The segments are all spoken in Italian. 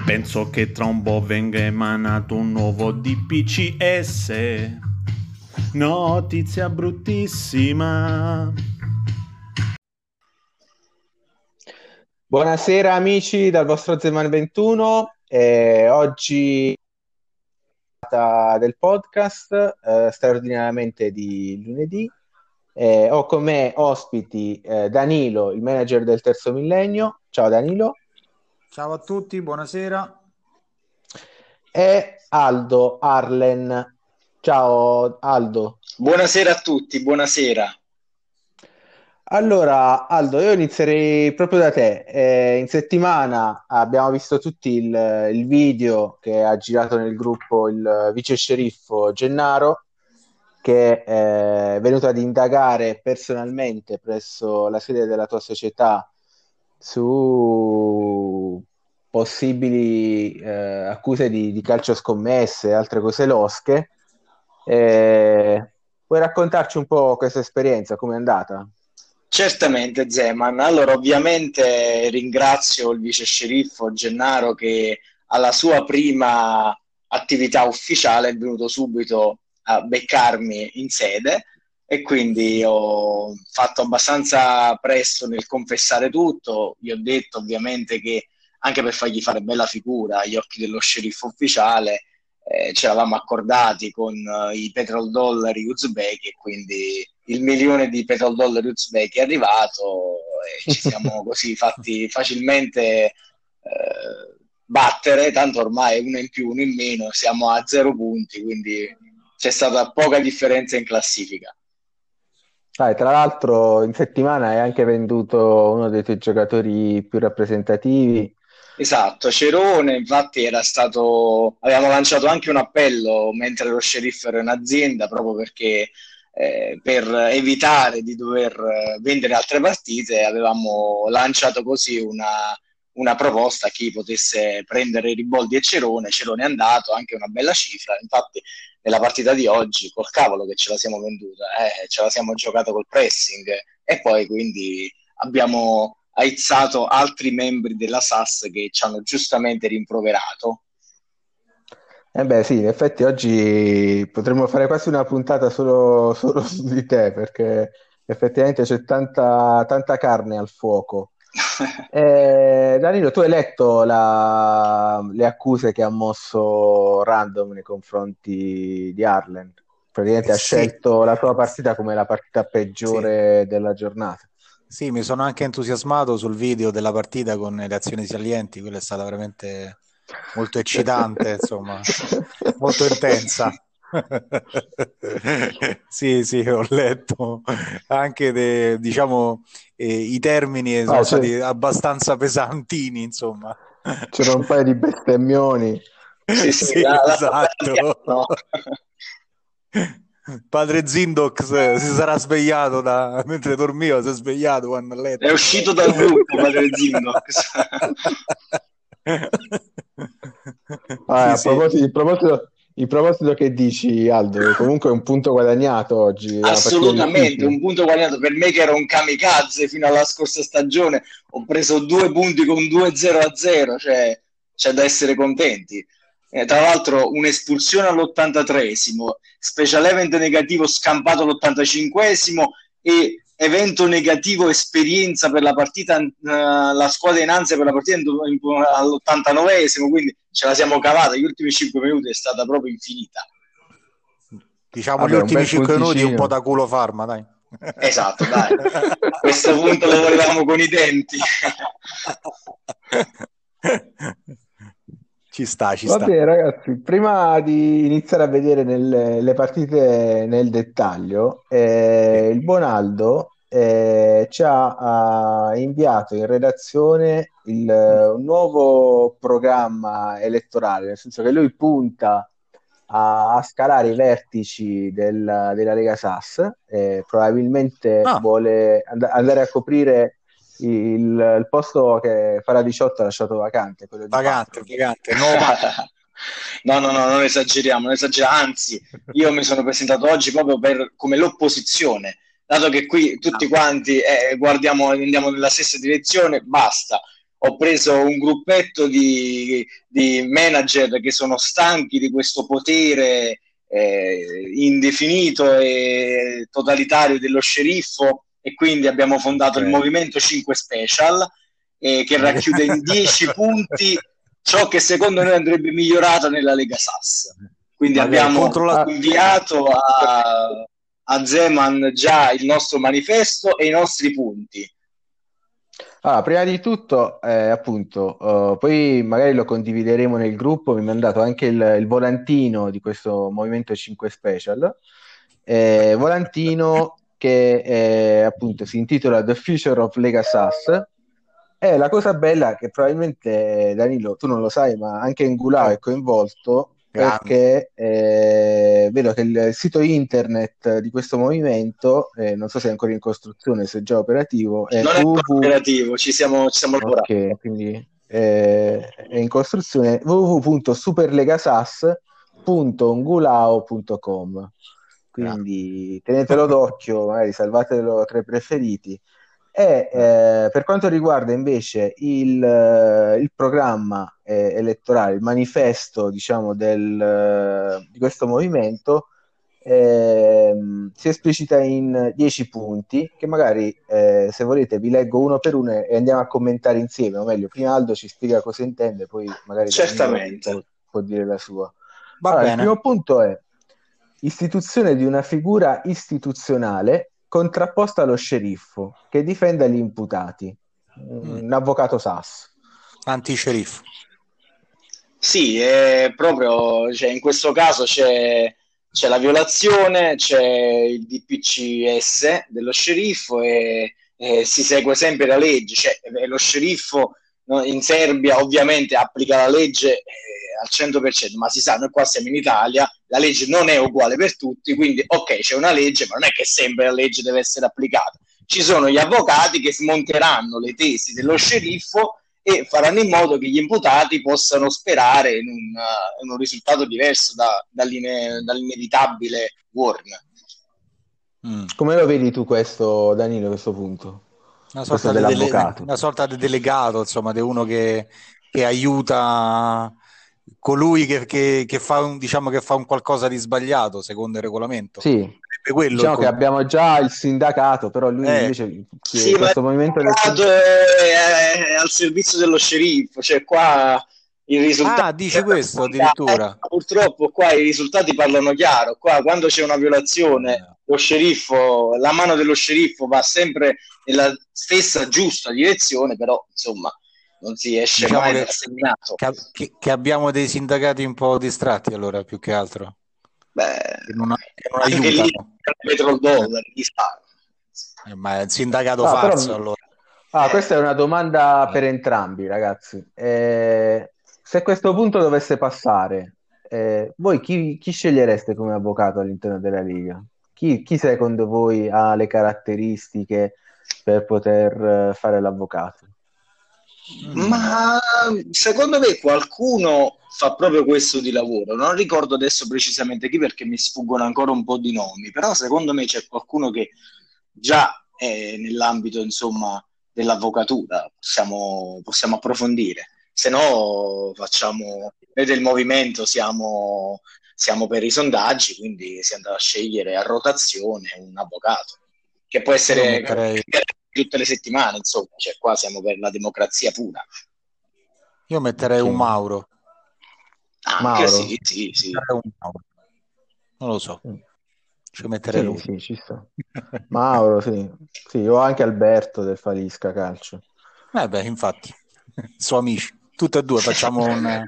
Penso che tra un po' venga emanato un nuovo DPCS. Notizia bruttissima. Buonasera amici dal vostro Zeman 21. Oggi del podcast straordinariamente di lunedì. Ho con me ospiti Danilo, il manager del Terzo Millennio. Ciao Danilo. Ciao a tutti, buonasera. E Aldo Arlen. Ciao Aldo. Buonasera a tutti, buonasera. Allora, Aldo, io inizierei proprio da te. In settimana abbiamo visto tutti il video che ha girato nel gruppo il vice sceriffo Gennaro, che è venuto ad indagare personalmente presso la sede della tua società su possibili accuse di calcio scommesse e altre cose losche. Puoi raccontarci un po' questa esperienza, come è andata? Certamente Zeman, allora ovviamente ringrazio il vice sceriffo Gennaro che alla sua prima attività ufficiale è venuto subito a beccarmi in sede e quindi ho fatto abbastanza presto nel confessare tutto. Gli ho detto ovviamente che anche per fargli fare bella figura agli occhi dello sceriffo ufficiale ci eravamo accordati con i petrodollari uzbeki e quindi il milione di petrodollari uzbeki è arrivato e ci siamo così fatti facilmente battere, tanto ormai uno in più, uno in meno, siamo a 0 punti, quindi c'è stata poca differenza in classifica. Tra l'altro in settimana hai anche venduto uno dei tuoi giocatori più rappresentativi. Esatto, Cerone infatti avevamo lanciato anche un appello mentre lo sceriffo era in azienda proprio perché per evitare di dover vendere altre partite avevamo lanciato così una proposta a chi potesse prendere Riboldi e Cerone. Cerone è andato, anche una bella cifra, infatti nella partita di oggi col cavolo che ce la siamo venduta, ce la siamo giocata col pressing e poi quindi abbiamo aizzato altri membri della SAS che ci hanno giustamente rimproverato. Sì, in effetti oggi potremmo fare quasi una puntata solo su di te, perché effettivamente c'è tanta carne al fuoco. Danilo, tu hai letto le accuse che ha mosso Random nei confronti di Harlan? Praticamente ha Sì, scelto la tua partita come la partita sì. peggiore della giornata. Sì, mi sono anche entusiasmato sul video della partita con le azioni salienti, quella è stata veramente molto eccitante, insomma, molto intensa. Sì, ho letto anche diciamo i termini sono stati abbastanza pesantini, insomma. C'era un paio di bestemmioni. Sì, Esatto. No. Padre Zindox si sarà svegliato mentre dormiva, si è svegliato quando ha letto. È uscito dal gruppo Padre Zindox. In proposito che dici, Aldo, comunque è un punto guadagnato oggi. Assolutamente, un punto guadagnato per me che ero un kamikaze fino alla scorsa stagione. Ho preso 2 punti con 2-0-0, cioè c'è da essere contenti. Tra l'altro un'espulsione all'83esimo, special event negativo scampato all'85esimo e evento negativo esperienza per la partita, la squadra in ansia per la partita all'89esimo, quindi ce la siamo cavata. Gli ultimi 5 minuti è stata proprio infinita. Diciamo gli ultimi 5 minuti un po' da culo farma, dai. Esatto, dai. A questo punto lo volevamo con i denti. Ci sta. Va bene, ragazzi, prima di iniziare a vedere le partite nel dettaglio, il buon Aldo ci ha inviato in redazione un nuovo programma elettorale, nel senso che lui punta a scalare i vertici della Lega SAS, probabilmente vuole andare a coprire il posto che farà 18 ha lasciato vacante, quello di vacante. No, non esageriamo, anzi io mi sono presentato oggi proprio come l'opposizione, dato che qui tutti quanti andiamo nella stessa direzione, basta ho preso un gruppetto di manager che sono stanchi di questo potere indefinito e totalitario dello sceriffo, e quindi abbiamo fondato il Movimento 5 Special, che racchiude in 10 punti ciò che secondo noi andrebbe migliorato nella Lega Sass. Quindi abbiamo inviato a Zeman già il nostro manifesto e i nostri punti. Allora, prima di tutto, appunto, poi magari lo condivideremo nel gruppo. Mi ha mandato anche il volantino di questo Movimento 5 Special, volantino che appunto si intitola The Future of Lega Sass. La cosa bella che probabilmente, Danilo, tu non lo sai, ma anche Ngulao è coinvolto, perché vedo che il sito internet di questo movimento, non so se è ancora in costruzione, se è già operativo, non è operativo, ci siamo lavorando. Ok, quindi è in costruzione, www.superlegasas.ngulao.com, quindi tenetelo d'occhio, magari salvatelo tra i preferiti. Per quanto riguarda invece il programma elettorale, il manifesto, diciamo, di questo movimento, si esplicita in 10 punti che magari, se volete, vi leggo uno per uno e andiamo a commentare insieme, o meglio, prima Aldo ci spiega cosa intende, poi magari certamente può dire la sua. Allora, il primo punto è istituzione di una figura istituzionale contrapposta allo sceriffo che difenda gli imputati, un avvocato Sass. Anti-sceriffo. Sì, è proprio, cioè, in questo caso c'è la violazione, c'è il DPCS dello sceriffo e si segue sempre la legge. Cioè, lo sceriffo, no, in Serbia ovviamente applica la legge al 100%, ma si sa, noi qua siamo in Italia, la legge non è uguale per tutti, quindi ok, c'è una legge, ma non è che sempre la legge deve essere applicata. Ci sono gli avvocati che smonteranno le tesi dello sceriffo e faranno in modo che gli imputati possano sperare in un risultato diverso dall'inevitabile Warn. Come lo vedi tu questo, Danilo, questo punto? Una sorta di delegato, insomma, di uno che aiuta colui che fa diciamo che fa un qualcosa di sbagliato secondo il regolamento. Sì, diciamo che abbiamo già il sindacato, però lui invece questo movimento è al servizio dello sceriffo, cioè qua i risultati dici questo addirittura. Purtroppo qua i risultati parlano chiaro. Qua quando c'è una violazione, lo sceriffo, la mano dello sceriffo va sempre nella stessa giusta direzione, però insomma non si esce mai dal seminato. Che abbiamo dei sindacati un po' distratti, allora, più che altro. Che non anche lì $1 ma è un sindacato falso, però, allora. Questa è una domanda per entrambi, ragazzi. Se questo punto dovesse passare, voi chi scegliereste come avvocato all'interno della Liga? Chi secondo voi ha le caratteristiche per poter fare l'avvocato? Ma secondo me qualcuno fa proprio questo di lavoro. Non ricordo adesso precisamente chi, perché mi sfuggono ancora un po' di nomi, però secondo me c'è qualcuno che già è nell'ambito, insomma, dell'avvocatura. Possiamo approfondire. Se no noi del movimento siamo per i sondaggi, quindi si andrà a scegliere a rotazione un avvocato, che può essere tutte le settimane, insomma, cioè qua siamo per la democrazia pura. Io metterei un Mauro. Mauro? Sì. Non lo so. Ci metterei lui. Sì, ci sta. Mauro, sì. Sì, o anche Alberto del Falisca Calcio. Infatti, sono amici. Tutti e due facciamo una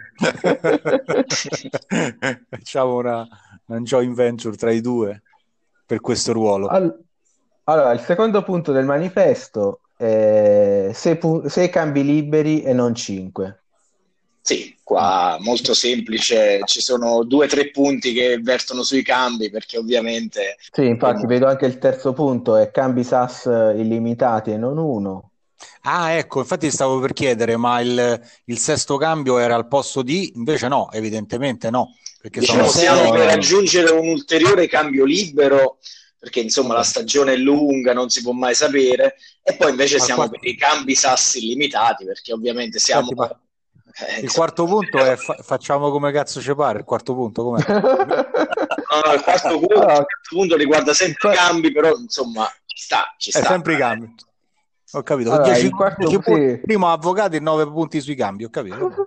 joint venture tra i due per questo ruolo. Allora, il secondo punto del manifesto è 6 cambi liberi e non 5. Sì, qua molto semplice, ci sono 2 o 3 punti che vertono sui cambi, perché ovviamente... Sì, infatti vedo anche il terzo punto, è cambi SAS illimitati e non 1. Ecco, infatti stavo per chiedere, ma il sesto cambio era al posto di... Invece no, evidentemente no. Perché stiamo per raggiungere un ulteriore cambio libero perché insomma la stagione è lunga, non si può mai sapere, e poi invece siamo per i cambi sassi illimitati, perché ovviamente siamo... il quarto punto è facciamo come cazzo ci pare, il quarto punto com'è? No, il quarto punto riguarda sempre i cambi, però insomma ci sta. È sempre i cambi. Ho capito, allora, 10 punti, primo avvocati e 9 punti sui cambi, ho capito.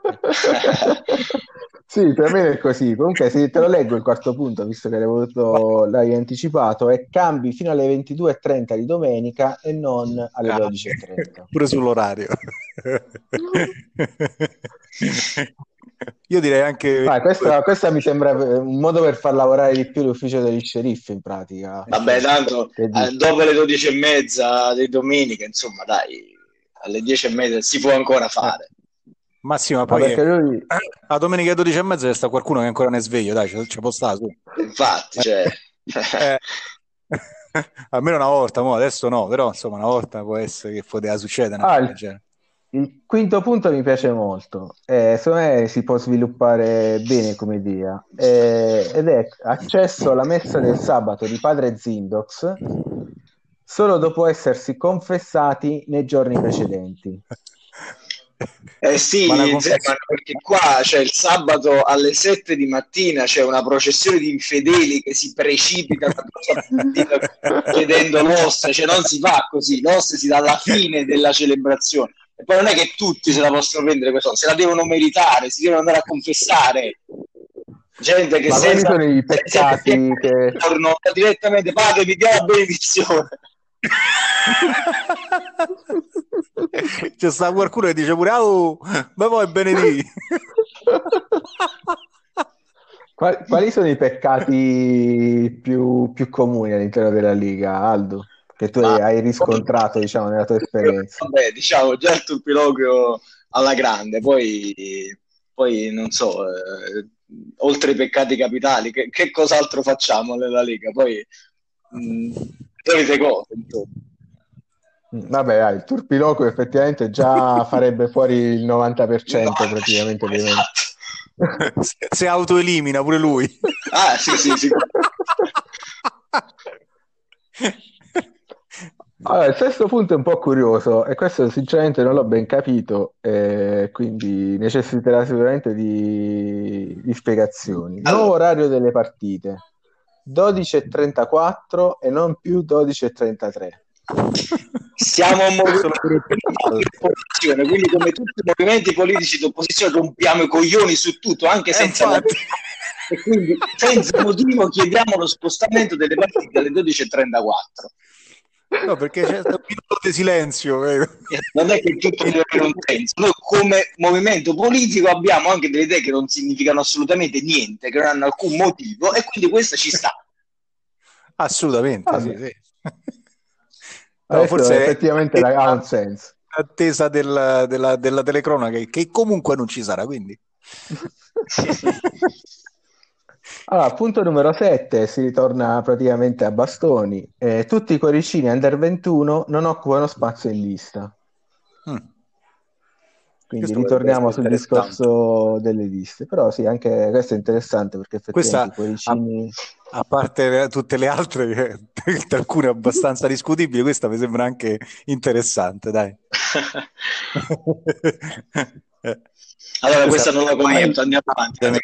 Sì, per me è così. Comunque, se te lo leggo il quarto punto, visto che l'hai anticipato, è cambi fino alle 22:30 di domenica e non alle 12:30. Pure sull'orario. Io direi anche... Questa mi sembra un modo per far lavorare di più l'ufficio degli sceriffi, in pratica. Vabbè, tanto dopo le 12:30 di domenica, insomma, dai, alle 10:30 si può ancora fare. Ma sì, ma poi a domenica 12:30 sta qualcuno che ancora ne è sveglio, dai, ci può stare su. Infatti, almeno una volta, adesso no, però insomma una volta può essere che poteva succedere. Il quinto punto mi piace molto, secondo me si può sviluppare bene come idea, ed è accesso alla messa del sabato di padre Zindox solo dopo essersi confessati nei giorni precedenti. Sì, perché qua c'è il sabato alle 7 di mattina, c'è una processione di infedeli che si precipita chiedendo l'oste, cioè non si fa così, l'oste si dà alla fine della celebrazione. E poi non è che tutti se la possono prendere questa, se la devono meritare, si devono andare a confessare. Gente che senza i peccati che torno direttamente, padre mi dia la benedizione. C'è sta qualcuno che dice pure ma poi benedì. Quali sono i peccati più comuni all'interno della Liga, Aldo? Che tu hai riscontrato, diciamo, nella tua esperienza? Vabbè, diciamo, già il turpiloquio alla grande, poi non so, oltre i peccati capitali, che cos'altro facciamo nella Lega? Poi solite cose, insomma. Vabbè, il turpiloquio effettivamente già farebbe fuori il 90% praticamente dei esatto. Si autoelimina pure lui. Sì. Allora, il sesto punto è un po' curioso e questo sinceramente non l'ho ben capito, quindi necessiterà sicuramente di spiegazioni. Nuovo orario delle partite, 12:34 e non più 12:33. Siamo un movimento di opposizione, quindi come tutti i movimenti politici di opposizione rompiamo i coglioni su tutto, anche senza e quindi senza motivo chiediamo lo spostamento delle partite alle 12:34. No, perché c'è un minuto di silenzio. Non è che tutto deve avere un senso. Noi come movimento politico abbiamo anche delle idee che non significano assolutamente niente, che non hanno alcun motivo, e quindi questo ci sta. Assolutamente, sì. No, forse effettivamente ha un senso. Attesa della telecronaca che comunque non ci sarà, quindi. Allora, punto numero 7, si ritorna praticamente a bastoni. Tutti i cuoricini under 21 non occupano spazio in lista. Quindi ritorniamo sul discorso delle liste. Però sì, anche questo è interessante perché effettivamente i cuoricini... A parte tutte le altre, alcune abbastanza discutibili, questa mi sembra anche interessante, dai. Allora, questa non la commento, andiamo avanti.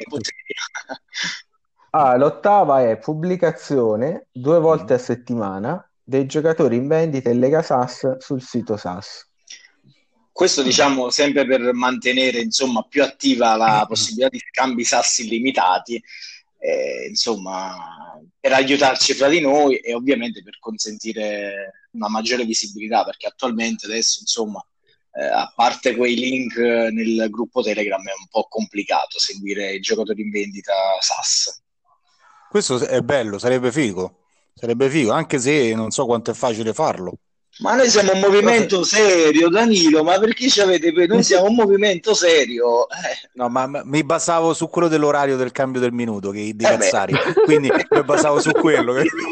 L'ottava è pubblicazione 2 volte a settimana dei giocatori in vendita in Lega SAS sul sito SAS. Questo diciamo sempre per mantenere insomma più attiva la possibilità di scambi SAS illimitati, insomma per aiutarci fra di noi e ovviamente per consentire una maggiore visibilità, perché attualmente adesso insomma a parte quei link nel gruppo Telegram è un po' complicato seguire i giocatori in vendita SAS. Questo è bello, sarebbe figo, anche se non so quanto è facile farlo. Ma noi siamo un movimento serio, Danilo, ma perché ci avete... Noi siamo un movimento serio. No, ma mi basavo su quello dell'orario del cambio del minuto, che di cazzari, quindi mi basavo su quello.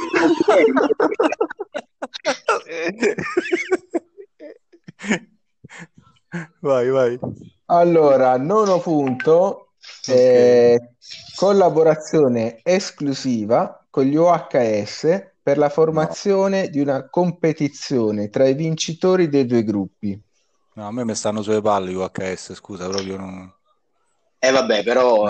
Vai. Allora, nono punto, collaborazione esclusiva con gli UHS per la formazione di una competizione tra i vincitori dei due gruppi. No, a me mi stanno sulle palle i UHS, scusa, proprio non... Vabbè, però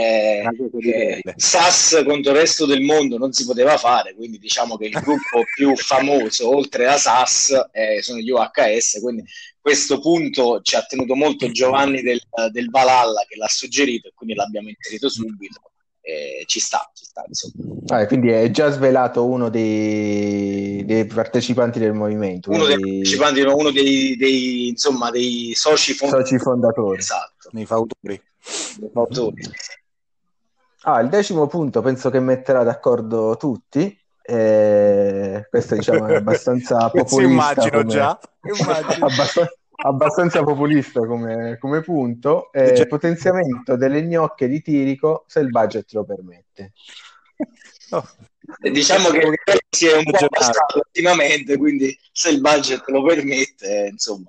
SAS contro il resto del mondo non si poteva fare, quindi diciamo che il gruppo più famoso oltre a SAS sono gli UHS, quindi questo punto ci ha tenuto molto Giovanni del Valhalla, che l'ha suggerito, e quindi l'abbiamo inserito subito. Ci sta insomma. Quindi è già svelato uno dei partecipanti del movimento, uno dei insomma dei soci fondatori. Esatto. Nei fautori. Il 10° punto penso che metterà d'accordo tutti. Questo diciamo è abbastanza populista. Immagino già. Abbastanza populista come punto. Potenziamento delle gnocche di Tirico se il budget lo permette. Diciamo che si è un po' abbassato ultimamente, quindi se il budget lo permette, insomma.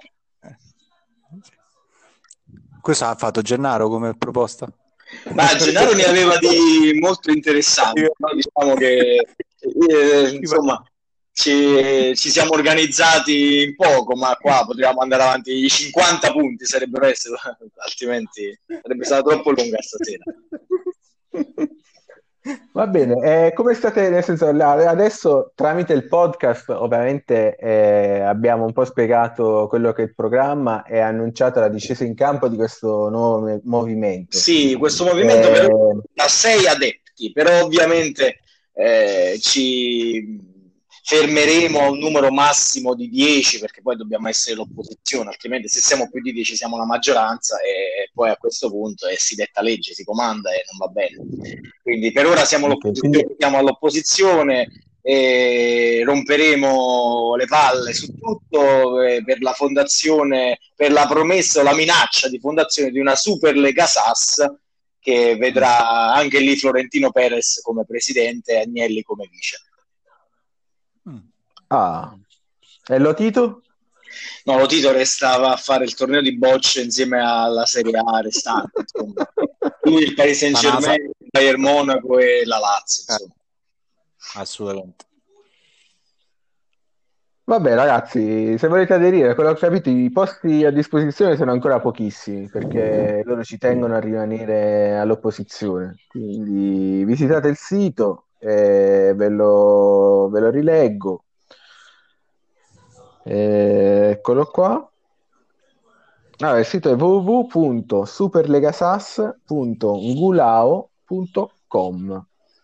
Cosa ha fatto Gennaro come proposta? Gennaro ne aveva di molto interessanti, no? Diciamo che insomma ci siamo organizzati in poco, ma qua potremmo andare avanti. I 50 punti sarebbero essere, altrimenti sarebbe stata troppo lunga stasera. Va bene, come state, nel senso, adesso tramite il podcast ovviamente abbiamo un po' spiegato quello che è il programma e annunciato la discesa in campo di questo nuovo movimento. Sì, questo movimento ha 6 adepti, però ovviamente ci fermeremo a un numero massimo di 10, perché poi dobbiamo essere l'opposizione, altrimenti se siamo più di 10 siamo la maggioranza, e poi a questo punto si detta legge, si comanda e non va bene. Quindi per ora siamo l'opposizione, siamo all'opposizione, e romperemo le palle su tutto per la fondazione, per la promessa o la minaccia di fondazione di una Super Lega SAS, che vedrà anche lì Florentino Perez come presidente e Agnelli come vice. E Lotito? No, Lotito restava a fare il torneo di bocce insieme alla Serie A restante, insomma. Lui, il Paris Saint-Germain, il Bayern Monaco e la Lazio, insomma. Assolutamente. Vabbè ragazzi, se volete aderire, quello che ho capito, i posti a disposizione sono ancora pochissimi, perché loro ci tengono a rimanere all'opposizione, quindi visitate il sito, ve lo rileggo. Eccolo qua. Il sito è www.superlegasas.ngulao.com.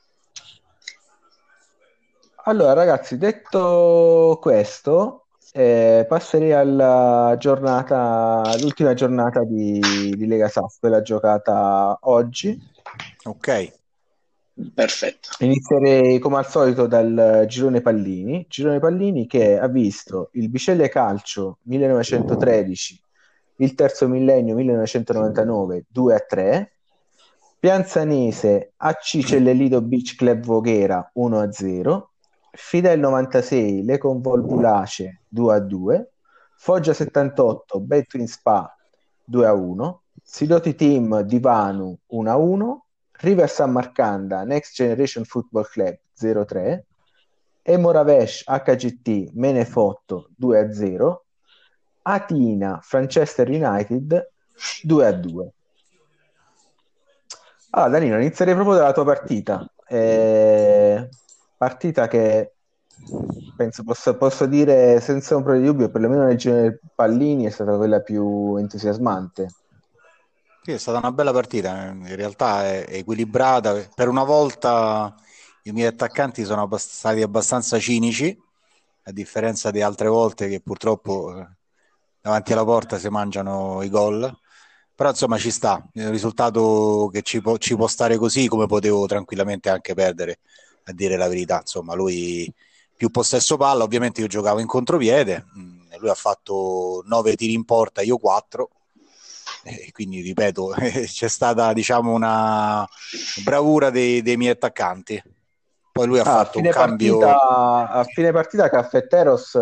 Allora ragazzi, detto questo, passerei all'ultima giornata di Lega SAS, quella giocata oggi. Ok. Perfetto. Inizierei come al solito dal girone Pallini che ha visto il Biceglie Calcio 1913, il Terzo Millennio 1999 2-3, Pianzanese AC Cellelido Beach Club Voghera 1-0, Fidel 96 Lecon Volbulace 2-2, Foggia 78 Betwin Spa 2-1, Sidoti Team Divanu 1-1, River San Marcanda Next Generation Football Club 0-3, Emoravesh HGT Menefotto 2-0, Atina Franchester United 2-2. Allora Danilo, inizierei proprio dalla tua partita. Partita che penso posso dire senza ombra di dubbio, perlomeno nel genere Pallini, è stata quella più entusiasmante. Sì, è stata una bella partita, in realtà è equilibrata. Per una volta i miei attaccanti sono stati abbastanza cinici, a differenza di altre volte che purtroppo davanti alla porta si mangiano i gol. Però insomma ci sta, il risultato che ci può stare così, come potevo tranquillamente anche perdere, a dire la verità. Insomma, lui più possesso palla, ovviamente io giocavo in contropiede, lui ha fatto 9 tiri in porta, io 4. Quindi ripeto, c'è stata diciamo una bravura dei miei attaccanti. Poi lui ha fatto un cambio a fine partita. Caffetteros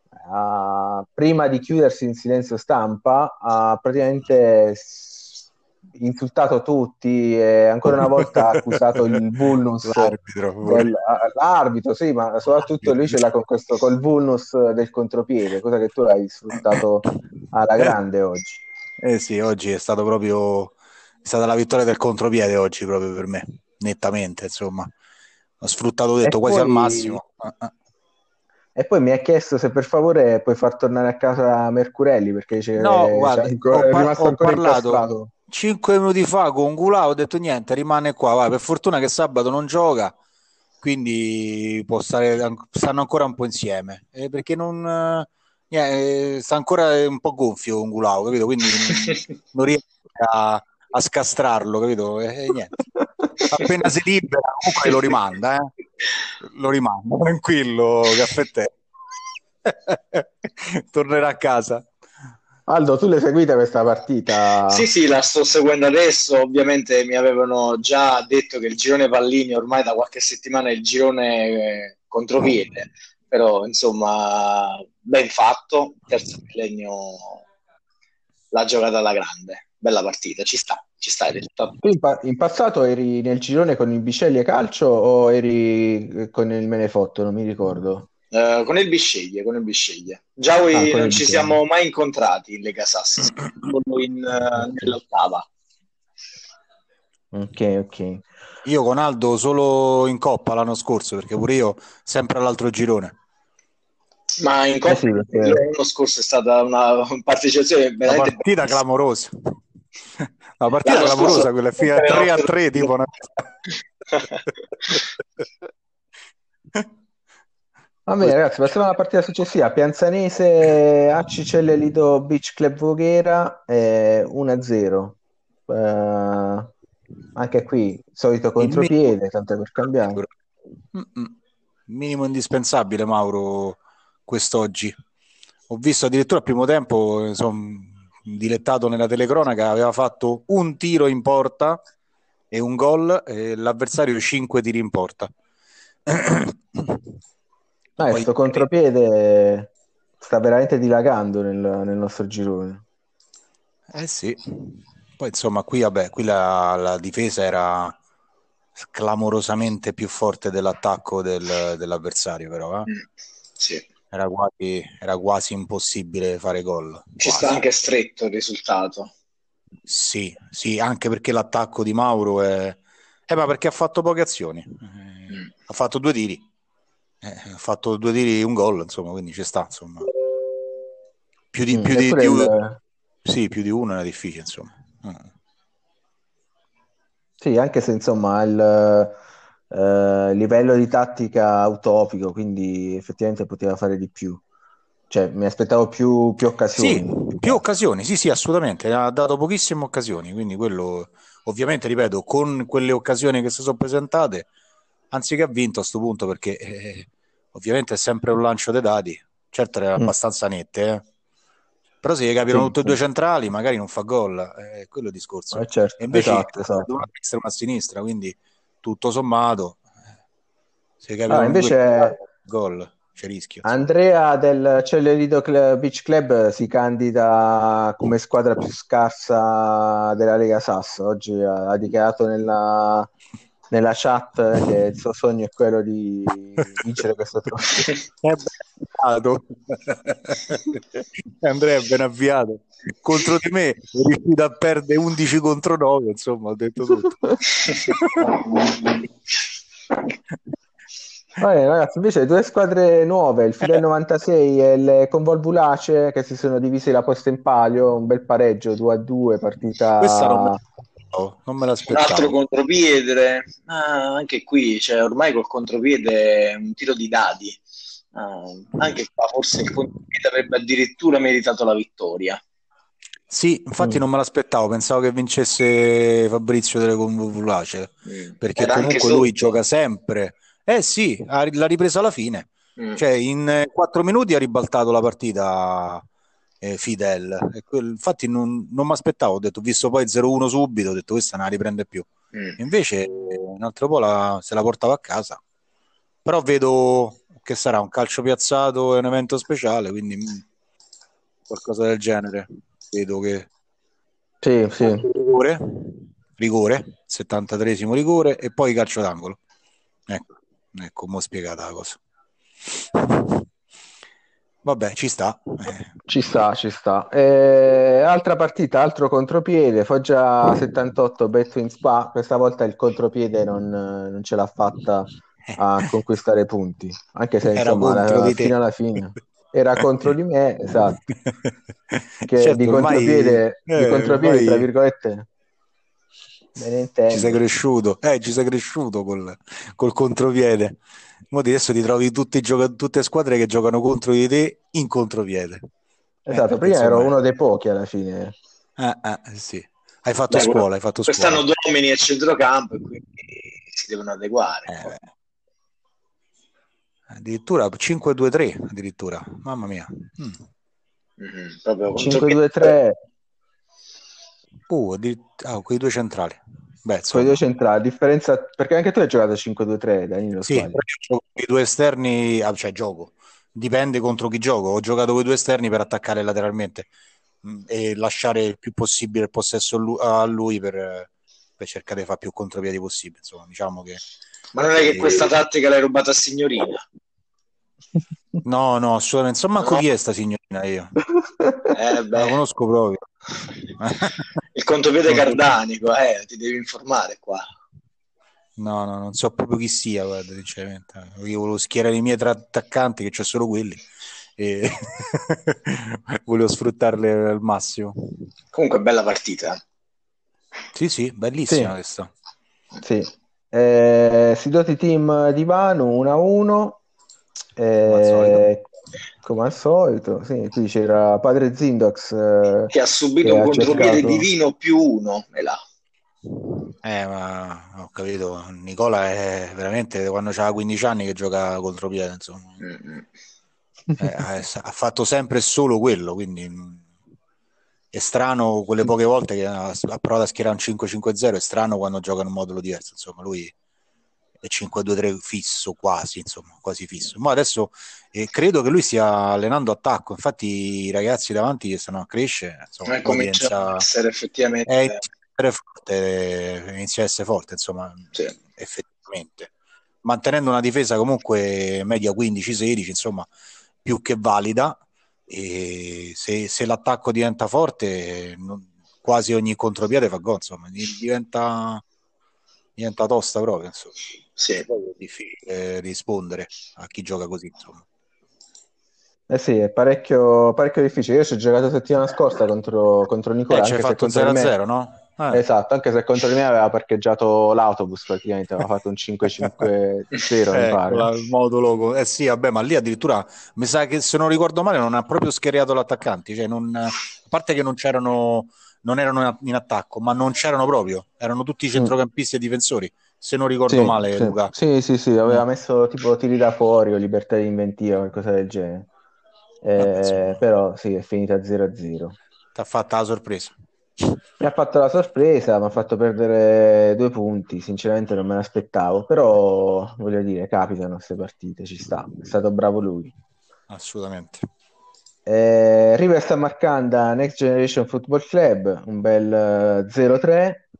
prima di chiudersi in silenzio stampa ha praticamente insultato tutti e ancora una volta ha accusato il vulnus L'arbitro, l'arbitro, sì, ma soprattutto lui ce l'ha con questo, col vulnus del contropiede, cosa che tu hai sfruttato alla grande oggi. Sì, oggi è stata la vittoria del contropiede oggi proprio per me, nettamente, insomma. Ho sfruttato, ho E detto, quasi al poi, massimo. e poi mi ha chiesto se per favore puoi far tornare a casa Mercurelli perché dice No, che guarda, è rimasto ho ancora parlato incastrato. 5 minuti fa con Gulà, ho detto niente, rimane qua. Vai, per fortuna che sabato non gioca, quindi stanno ancora un po' insieme. Perché sta ancora un po' gonfio con Gulà, capito? Quindi non riesco a scastrarlo, capito? Niente. Appena si libera, comunque lo rimanda, eh? Lo rimanda, tranquillo, caffè tè. Tornerà a casa. Aldo, tu l'hai seguita questa Sì, partita? sì, la sto seguendo adesso. Ovviamente mi avevano già detto che il girone pallini ormai da qualche settimana è il girone contropiede, però insomma, ben fatto. Terzo millennio l'ha giocata alla grande. Bella partita, ci sta il risultato. Tu in passato eri nel girone con il Bicelli e Calcio o eri con il Menefotto? Non mi ricordo. Con il Bisceglie, con il Bisceglie. Già Ah, con non il ci Bicelli. siamo mai incontrati in Lega Sass, solo Ok, nell'ottava. ok, ok. Io con Aldo solo in Coppa l'anno scorso, perché pure io sempre all'altro girone. Ma in Eh Coppa sì, perché l'anno scorso è stata una partecipazione Una veramente partita bellissima. clamorosa. Una partita L'anno scorso clamorosa, quella fino a tutte le 3 a notte 3 tipo una... va bene, ragazzi, passiamo alla partita successiva. Pianzanese Accicelle Lido Beach Club Voghera 1-0. Anche qui, solito Il minimo, contropiede, tanto per cambiare. il minimo indispensabile, Mauro, quest'oggi. Ho visto addirittura al primo tempo, sono dilettato nella telecronaca, aveva fatto un tiro in porta e un gol, e l'avversario 5 tiri in porta. Poi, Sto contropiede sta veramente dilagando nel nostro girone. eh sì, poi insomma qui, vabbè, qui la difesa era clamorosamente più forte dell'attacco dell'avversario, però Sì, era quasi impossibile fare gol, ci sta quasi. anche stretto il risultato. Sì, sì, anche perché l'attacco di Mauro è... ma perché ha fatto poche azioni. Mm. Ha fatto 2 tiri. Ha fatto 2 tiri, un gol, insomma, quindi ci sta, insomma. Eppure Sì, più di uno era difficile, insomma. sì, anche se insomma il livello di tattica utopico, quindi effettivamente poteva fare di più. Cioè, mi aspettavo più Sì, occasioni, più che più altro. occasioni, sì, sì, assolutamente. Ha dato pochissime occasioni, quindi quello, ovviamente, ripeto, con quelle occasioni che si sono presentate, anziché ha vinto a sto punto, perché ovviamente è sempre un lancio dei dati. Certo, erano Mm, abbastanza nette, eh. Però se gli capitano sì, tutti e sì. due centrali, magari non fa gol, quello è il discorso. E Certo, invece esatto, una a esatto. destra e una a sinistra, quindi tutto sommato, se Allora, capitano due centrali, invece gol, c'è rischio, insomma. Andrea del Celerido Beach Club si candida come squadra più scarsa della Lega Sasso. Oggi ha dichiarato nella chat che il suo sogno è quello di vincere questo trofeo. È ben avviato. Andrea è ben avviato. Contro di me è riuscito a perdere 11 contro 9, insomma, ho detto tutto. Vabbè, ragazzi, invece due squadre nuove, il Fidel 96 e il Convolvulace, che si sono divisi la posta in palio, un bel pareggio 2-2, Questa partita. non me Un altro l'aspettavo. contropiede, anche qui, cioè, ormai col contropiede è un tiro di dadi. Anche qua forse il contropiede avrebbe addirittura meritato la vittoria. Sì, infatti Mm. non me l'aspettavo, pensavo che vincesse Fabrizio delle Convulace, perché Era anche comunque lui gioca sotto. sempre. Eh sì, l'ha ripresa alla fine. Mm. Cioè, in 4 minuti ha ribaltato la partita Fidel. Infatti non mi aspettavo, ho detto, visto poi 0-1 subito, ho detto questa non la riprende più. Mm. Invece un altro po' se la portava a casa. Però vedo che sarà un calcio piazzato e un evento speciale, quindi qualcosa del genere. Vedo che Sì, sì. rigore, 73esimo rigore e poi calcio d'angolo. Ecco, mo' spiegata la cosa. Vabbè, ci sta. Ci sta, ci sta. Altra partita, altro contropiede, Foggia 78, Betwin Spa. Questa volta il contropiede non ce l'ha fatta a conquistare punti, anche se Era insomma contro di te. fino alla fine era contro di me, esatto. Che Certo, di contropiede, tra ormai virgolette, me ne intendo. ci sei cresciuto col contropiede. Mo adesso ti trovi tutte squadre che giocano contro di te in contropiede. Esatto, Perché prima ero insomma, uno dei pochi alla fine. sì. Hai fatto scuola, hai fatto Quest'anno scuola. domini e centrocampo e quindi si devono adeguare. Beh. Addirittura 5-2-3, addirittura. Mamma mia. Proprio contropiede. 5-2-3 Quei due centrali. Beh, con i due insomma. centrali, differenza perché anche tu hai giocato a 5-2-3, Danilo, Sì, però sbaglio. io gioco con i due esterni, cioè gioco. Dipende contro chi gioco. Ho giocato con i due esterni per attaccare lateralmente e lasciare il più possibile il possesso a lui per cercare di fare più contropiedi possibile. Insomma, diciamo che Ma non è che questa tattica l'hai rubata a Signorina? no, assolutamente. Insomma, manco No? chi è sta signorina io. Non la Beh. conosco proprio. Il contropiede cardanico, ti devi informare qua. No, non so proprio chi sia, guarda, sinceramente. Io volevo schierare i miei tre attaccanti, che c'è solo quelli, e volevo sfruttarli al massimo. Comunque bella partita. Sì, bellissima Sì, questa. sì. Sidoti Team di Vanu 1-1, Come al solito. come al solito. Sì, qui c'era Padre Zindox Che ha subito che un ha contropiede cercato. divino +1 e là. Ma ho capito, Nicola è veramente quando c'ha 15 anni che gioca contropiede, insomma. Mm-mm. Ha fatto sempre e solo quello, quindi è strano quelle poche volte che ha provato a schierare un 5-5-0, è strano quando gioca in un modulo diverso, insomma, lui è 5-2-3 fisso, quasi, insomma, quasi fisso. Ma adesso credo che lui stia allenando attacco, infatti i ragazzi davanti che stanno a crescere, insomma, mo Cominciano a essere effettivamente. inizia a essere forte, insomma, Sì. effettivamente. Mantenendo una difesa comunque media 15-16, insomma, più che valida, e se l'attacco diventa forte, quasi ogni contropiede fa gol, insomma, diventa tosta proprio, insomma. Sì. È proprio difficile rispondere a chi gioca così, insomma. Eh sì, è parecchio, parecchio difficile. Io ci ho giocato settimana scorsa contro Nicola, Ci hai anche se fatto contro di me, 0-0, no? esatto, anche se contro di me aveva parcheggiato l'autobus praticamente, aveva fatto un 5-5-0, mi Ecco pare. il modo logo. Sì, vabbè, ma lì addirittura mi sa che se non ricordo male non ha proprio scheriato l'attaccante, cioè a parte che non erano in attacco, ma non c'erano proprio, erano tutti Mm. centrocampisti e difensori, se non ricordo Sì, male, sì, Luca. sì, sì, sì, aveva messo tipo tiri da fuori o libertà di inventiva, qualcosa del genere. Vabbè, insomma, Però sì, è finita 0-0. ti ha fatta la sorpresa. Mi ha fatto la sorpresa, mi ha fatto perdere 2 punti, sinceramente non me l'aspettavo, però voglio dire, capitano queste partite, ci sta, è stato bravo lui. Assolutamente. River sta marcando Next Generation Football Club, un bel 0-3,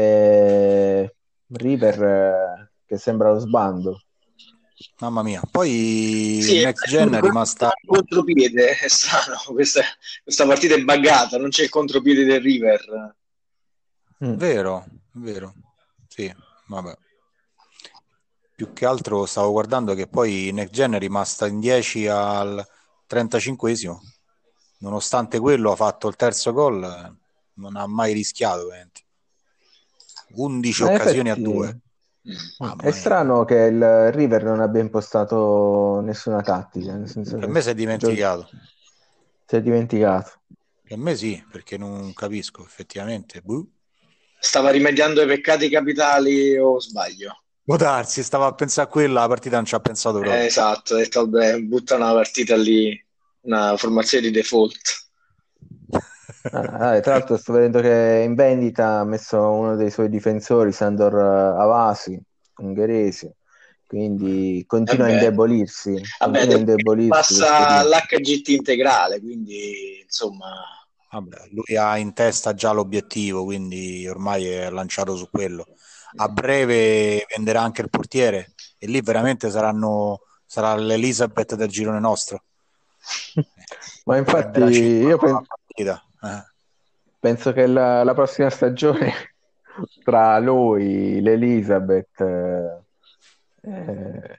River che sembra lo sbando. Mamma mia. Poi Sì, Next Gen è rimasta. il contropiede è strano. Questa partita è buggata, non c'è il contropiede del River. Mm. Vero, vero. Sì, vabbè. Più che altro stavo guardando che poi Next Gen è rimasta in 10 al 35esimo. Nonostante quello ha fatto il terzo gol, non ha mai rischiato, veramente. 11 Ma in occasioni a effetti 2. è Mamma mia. strano che il River non abbia impostato nessuna tattica, nel senso Per che me si è dimenticato. si è dimenticato. Per me sì, perché non capisco effettivamente. Stava rimediando ai peccati capitali o sbaglio? Può darsi, stava a pensare a quella, la partita non ci ha pensato proprio. Esatto, ho detto, vabbè, butta una partita lì, una formazione di default. Tra l'altro sto vedendo che in vendita ha messo uno dei suoi difensori, Sandor Avasi, ungherese, quindi Vabbè, continua a adesso indebolirsi questo passa team. all'HGT integrale, quindi insomma Vabbè, lui ha in testa già l'obiettivo, quindi ormai è lanciato su quello. A breve venderà anche il portiere e lì veramente sarà l'Elizabeth del girone nostro. Ma infatti Prenderà 5 io a partita. penso che la prossima stagione tra lui, l'Elizabeth, eh,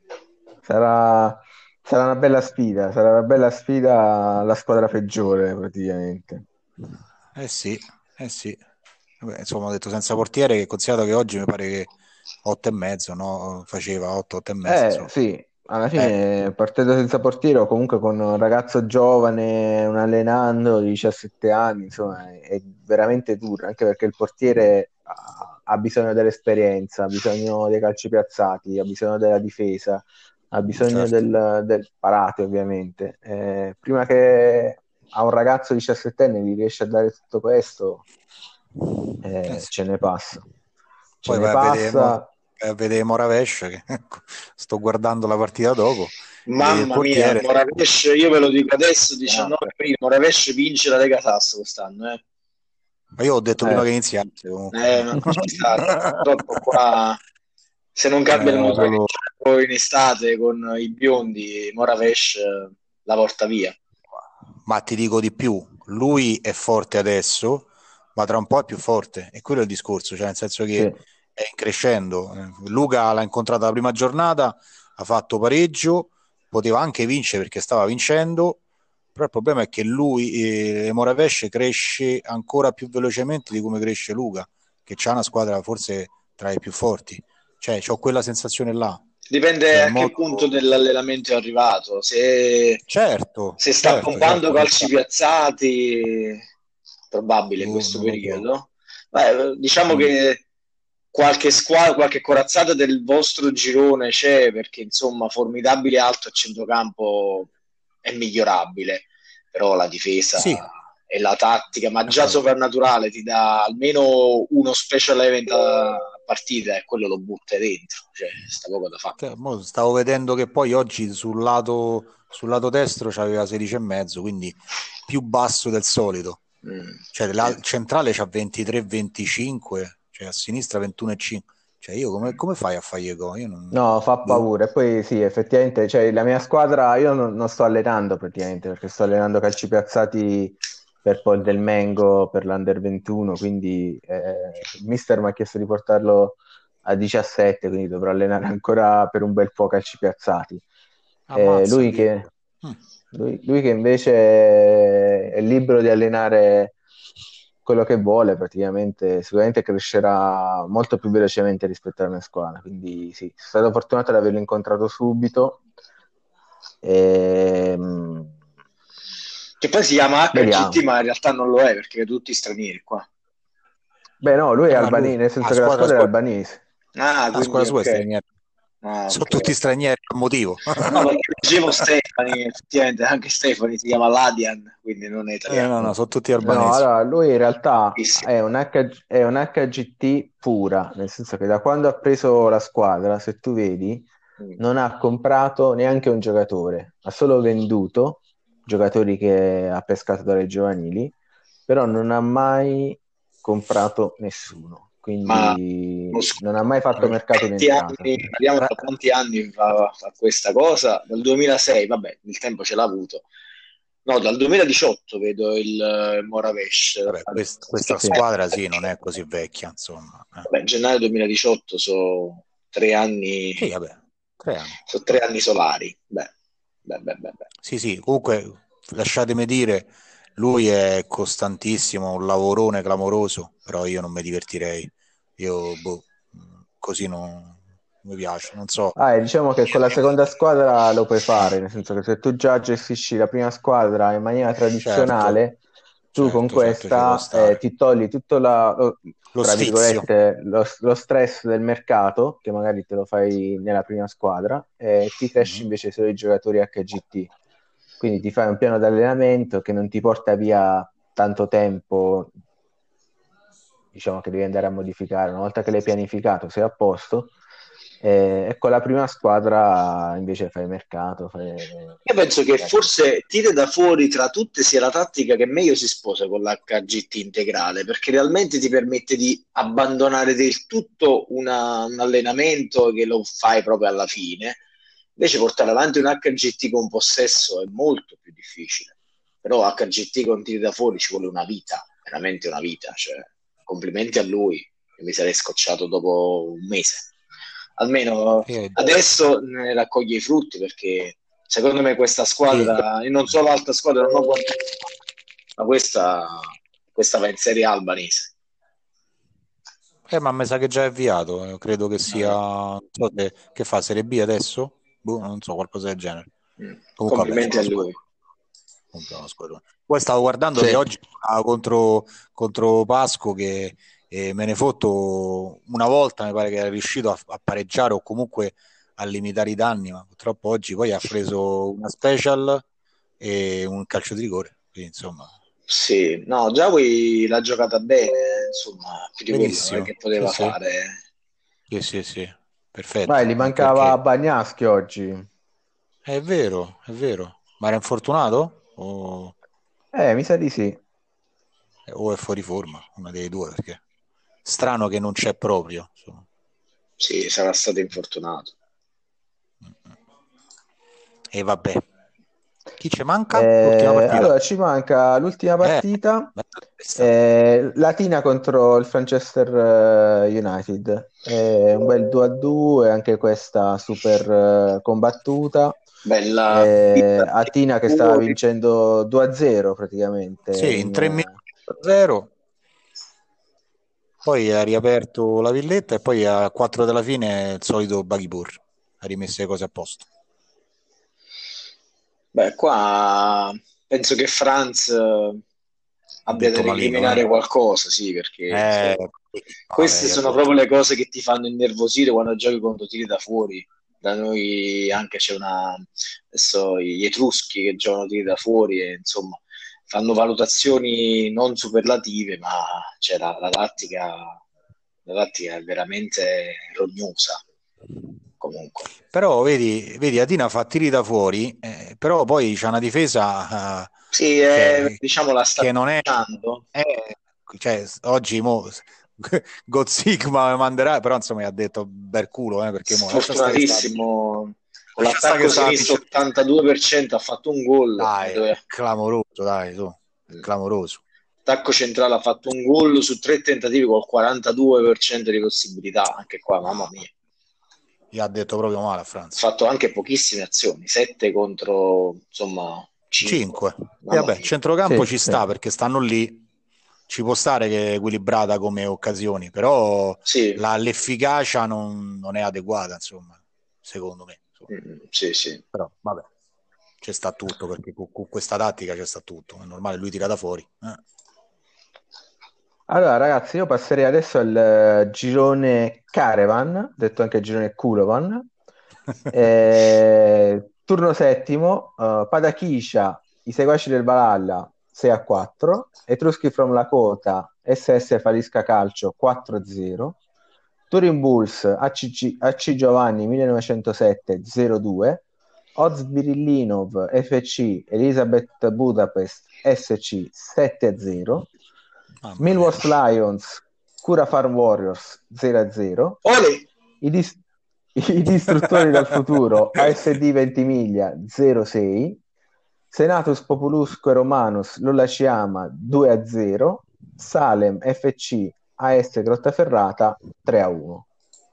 sarà, sarà una bella sfida, sarà una bella sfida alla squadra peggiore praticamente. Eh sì, eh sì. Vabbè, insomma, ho detto senza portiere, che considerato che oggi mi pare che 8 e mezzo, no? Faceva 8, 8 e mezzo, insomma. Sì, alla Eh, fine partendo senza portiere o comunque con un ragazzo giovane, un allenando di 17 anni, insomma, è veramente duro, anche perché il portiere ha bisogno dell'esperienza, ha bisogno dei calci piazzati, ha bisogno della difesa, ha bisogno certo. del parate, ovviamente. Prima che a un ragazzo di 17 anni gli riesce a dare tutto questo, Sì. ce ne passa. Ce Poi ne passa. vai a vedere Moravesh, che sto guardando la partita dopo, vedi il Mamma mia, portiere. Moravesh, io ve lo dico adesso, Ah, 19 aprile, Moravesh vince la Lega Sasso quest'anno, eh. Ma io ho detto prima eh. che iniziasse comunque. Non ci sta. Purtroppo qua, se non cambia il muso che Quello- c'è poi in estate con i biondi, Moravesh la porta via. Ma ti dico di più, lui è forte adesso, ma tra un po' è più forte, e quello è il discorso, cioè nel senso che Sì. è in crescendo. Luca l'ha incontrata la prima giornata, ha fatto pareggio, poteva anche vincere perché stava vincendo, però il problema è che lui, Moravesh, cresce ancora più velocemente di come cresce Luca, che c'ha una squadra forse tra i più forti, cioè ho quella sensazione là, Dipende che è a che punto molto... dell'allenamento è arrivato. Certo, Se sta certo, pompando certo, ci calci sta. piazzati, probabile in questo Non lo so. periodo. Beh, diciamo Mm. che qualche squadra, qualche corazzata del vostro girone c'è, perché insomma, formidabile alto a centrocampo è migliorabile, però la Sì, difesa e la tattica, ma già appunto. sovrannaturale, ti dà almeno uno special event a partita e quello lo butta dentro, cioè sta poco da fare. Mo stavo vedendo che poi oggi sul lato destro c'aveva 16 e mezzo, quindi più basso del solito. Cioè Sì. la centrale c'ha 23-25, cioè a sinistra 21,5. Cioè io come fai a fare gol? Io non... No, fa Boh. paura. E poi sì, effettivamente, cioè, la mia squadra, io non sto allenando praticamente, perché sto allenando calci piazzati per Pol del Mengo, per l'Under 21, quindi il mister mi ha chiesto di portarlo a 17, quindi dovrò allenare ancora per un bel po' calci piazzati. Eh, Ammazza lui che, addirittura. Mm. lui che invece è libero di allenare quello che vuole, praticamente, sicuramente crescerà molto più velocemente rispetto alla mia squadra. Quindi sì, sono stato fortunato ad averlo incontrato subito. Ehm, Che poi si chiama HGT, Vediamo. ma in realtà non lo è perché tutti stranieri qua. Beh, no, lui è Ma lui, albanese, nel senso che la squadra è albanese. Ah, la quindi squadra sua è ok. straniera. Ah, Sono ok. tutti stranieri per motivo. No, perché leggevo Stefani, effettivamente anche Stefani si chiama Ladian, quindi non è italiano. No, no, sono tutti No, albanesi. allora lui in realtà Bellissimo. è un HGT pura, nel senso che da quando ha preso la squadra, se tu vedi, Mm. non ha comprato neanche un giocatore, ha solo venduto giocatori che ha pescato dalle giovanili, però non ha mai comprato nessuno, Ma lo quindi non ha mai fatto mercato in quanti entrata. anni, parliamo da quanti anni fa questa cosa? Dal 2006, vabbè, il tempo ce l'ha avuto. No, dal 2018 vedo il Moravesh. Vabbè, questa Sì. squadra sì, non è così vecchia, insomma. Vabbè, gennaio 2018 sono 3 anni, Sì, vabbè, 3 anni. sono 3 anni solari. Beh, beh, beh, beh, beh. Sì, sì, comunque lasciatemi dire, lui è costantissimo, un lavorone clamoroso, però io non mi divertirei. Io, boh, così non mi piace, non so. Diciamo che con la seconda squadra lo puoi fare, nel senso che se tu già gestisci la prima squadra in maniera Certo, tradizionale, tu con certo, certo, ci può questa stare. ti togli tutto Lo tra sfizio. virgolette, lo stress del mercato, che magari te lo fai nella prima squadra, e ti cresci Mhm. invece solo i giocatori HGT. Quindi ti fai un piano di allenamento che non ti porta via tanto tempo, diciamo che devi andare a modificare. Una volta che l'hai pianificato, sei a posto e con la prima squadra invece fai mercato, Io penso che forse tiri da fuori tra tutte sia la tattica che meglio si sposa con l'HGT integrale, perché realmente ti permette di abbandonare del tutto un allenamento che lo fai proprio alla fine. Invece portare avanti un HGT con possesso è molto più difficile. Però HGT con tiri da fuori ci vuole una vita, veramente una vita. Cioè, complimenti a lui, che mi sarei scocciato dopo un mese. Almeno Sì, adesso ne raccoglie i frutti perché secondo me questa sì. squadra, e non solo l'altra squadra, non ho quanto, ma questa va in Serie A albanese. Ma mi sa che già è avviato. Credo che sia. Eh, Non so che fa Serie B adesso? Boh, non so, qualcosa del genere. Comunque, vabbè, Complimenti a lui. comunque è uno squadrone. Poi stavo guardando Sì. che oggi giocava contro Pasco, che me ne fotto una volta, mi pare che era riuscito a pareggiare o comunque a limitare i danni, ma purtroppo oggi poi ha preso una special e un calcio di rigore. Quindi, insomma, Sì, no, già lui l'ha giocata bene, insomma, più di quello non è benissimo. che Sì, poteva sì, fare. sì, sì, sì. Vai, Perfetto, gli anche mancava perché Bagnaschi oggi. è vero, è vero. Ma era infortunato? Mi sa di sì. O è fuori forma? Una dei due, perché strano che non c'è proprio. Insomma. Sì, sarà stato infortunato. E vabbè. Chi ci manca? L'ultima partita. Allora, ci manca l'ultima partita, Bella questa. Latina contro il Manchester United. Un bel 2-2, anche questa super combattuta. Bella vita. Atina che stava vincendo 2-0 praticamente. Sì, in 3 minuti 0. Poi ha riaperto la villetta e poi a 4 della fine il solito Baghipur. Ha rimesso le cose a posto. Beh, qua penso che Franz Ha abbia da detto Malino, recriminare qualcosa, sì, perché insomma, vabbè, queste gli ha sono detto. proprio le cose che ti fanno innervosire quando giochi contro tiri da fuori. Da noi anche c'è adesso gli Etruschi che giocano tiri da fuori e insomma fanno valutazioni non superlative, ma c'è la tattica è veramente rognosa comunque. Però vedi, Atina fa tiri da fuori, però poi c'è una difesa Sì, che, diciamo la sta che non è, cominciando. cioè, oggi God Sigma manderà, però insomma mi ha detto bel culo, perché lascia stare che Sfortunatissimo, con lascia stare che l'attacco stava sinistro vincendo. 82% ha fatto un gol, Dai, è clamoroso, dai, su, è clamoroso. attacco centrale ha fatto un gol su 3 tentativi col 42% di possibilità, anche qua, mamma mia. Gli ha detto proprio male a Ha Franza. fatto anche pochissime azioni, 7 contro, insomma, 5. 5. E Mamma vabbè, mia. centrocampo Sì, ci sì. sta perché stanno lì, ci può stare che è equilibrata come occasioni, però Sì, l'efficacia non è adeguata, insomma, secondo me. Insomma. sì, sì. Però vabbè, c'è sta tutto perché con questa tattica c'è sta tutto. È normale, lui tira da fuori. Allora, ragazzi, io passerei adesso al girone Caravan, detto anche girone Kulovan. Turno settimo, Padakisha, i seguaci del Valhalla 6-4, Etruschi from Lakota, SS Falisca Calcio 4-0, Turin Bulls AC Giovanni 1907 0-2, Oz Birillinov FC Elizabeth Budapest SC 7-0, Mamma mia. Millwall Lions Cura Farm Warriors 0-0, Ole! i, dis- i distruttori dal futuro ASD Ventimiglia 0-6, Senatus Populusque Romanus Lollaciama 2-0, Salem FC AS Grottaferrata 3-1.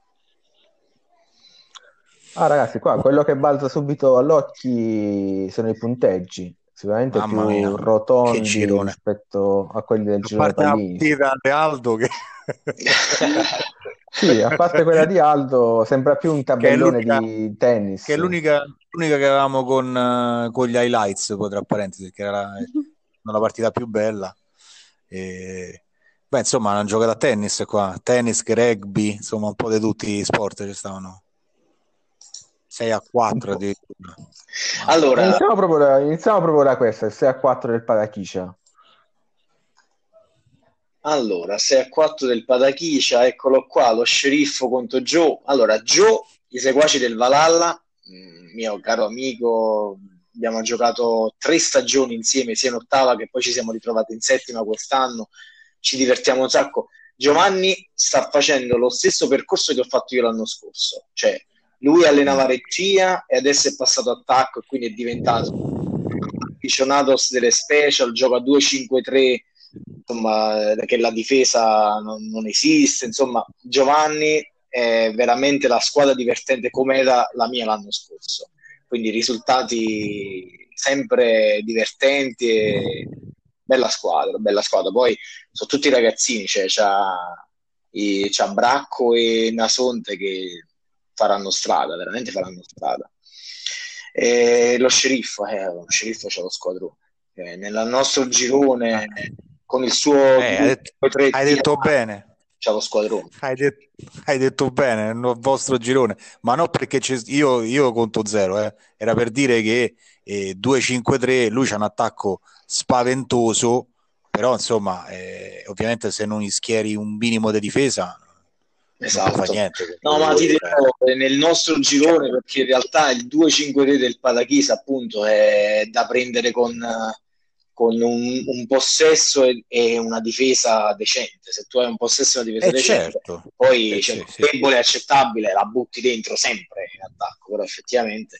Ah, ragazzi, qua quello che balza subito all'occhio sono i punteggi, sicuramente Mamma più mia, che rotondi girone. rispetto a quelli del A girone parte la Pallinis. partita di Aldo che... Sì, a parte quella di Aldo, sembra più un che è tabellone l'unica di che è tennis. l'unica che avevamo con gli highlights, poi tra parentesi, che era la partita più bella. E, beh, insomma, hanno giocato a tennis qua, tennis, rugby, insomma, un po' di tutti i sport ci stavano. 6-4 Po'. addirittura. Allora, Iniziamo proprio da questa, il 6-4 del Parachiscia. Allora, 6-4 del Patachicia, eccolo qua, lo sceriffo contro Joe. Allora, Joe, i seguaci del Valhalla, mio caro amico, abbiamo giocato 3 stagioni insieme, sia in ottava che poi ci siamo ritrovati in settima quest'anno, ci divertiamo un sacco. Giovanni sta facendo lo stesso percorso che ho fatto io l'anno scorso, cioè lui allenava regia e adesso è passato attacco e quindi è diventato aficionados delle special, gioca a 2-5-3, insomma, che la difesa non esiste, insomma, Giovanni è veramente la squadra divertente come era la mia l'anno scorso, quindi risultati sempre divertenti e bella squadra, poi sono tutti ragazzini, cioè c'ha Bracco e Nasonte che faranno strada, veramente faranno strada. E lo sceriffo c'ha lo squadrone. Nel nostro girone, con il suo hai detto bene. c'ha lo squadrone. Hai detto bene, il vostro girone, ma no perché io conto zero, era per dire che 2-5-3, lui c'ha un attacco spaventoso, però insomma, ovviamente se non gli schieri un minimo di difesa, non può fare niente. No, ma ti dico, nel nostro girone, perché in realtà il 2-5-3 del Patachisa appunto è da prendere con un possesso e una difesa decente. Se tu hai un possesso e una difesa decente, certo. poi debole e accettabile la butti dentro sempre in attacco, però effettivamente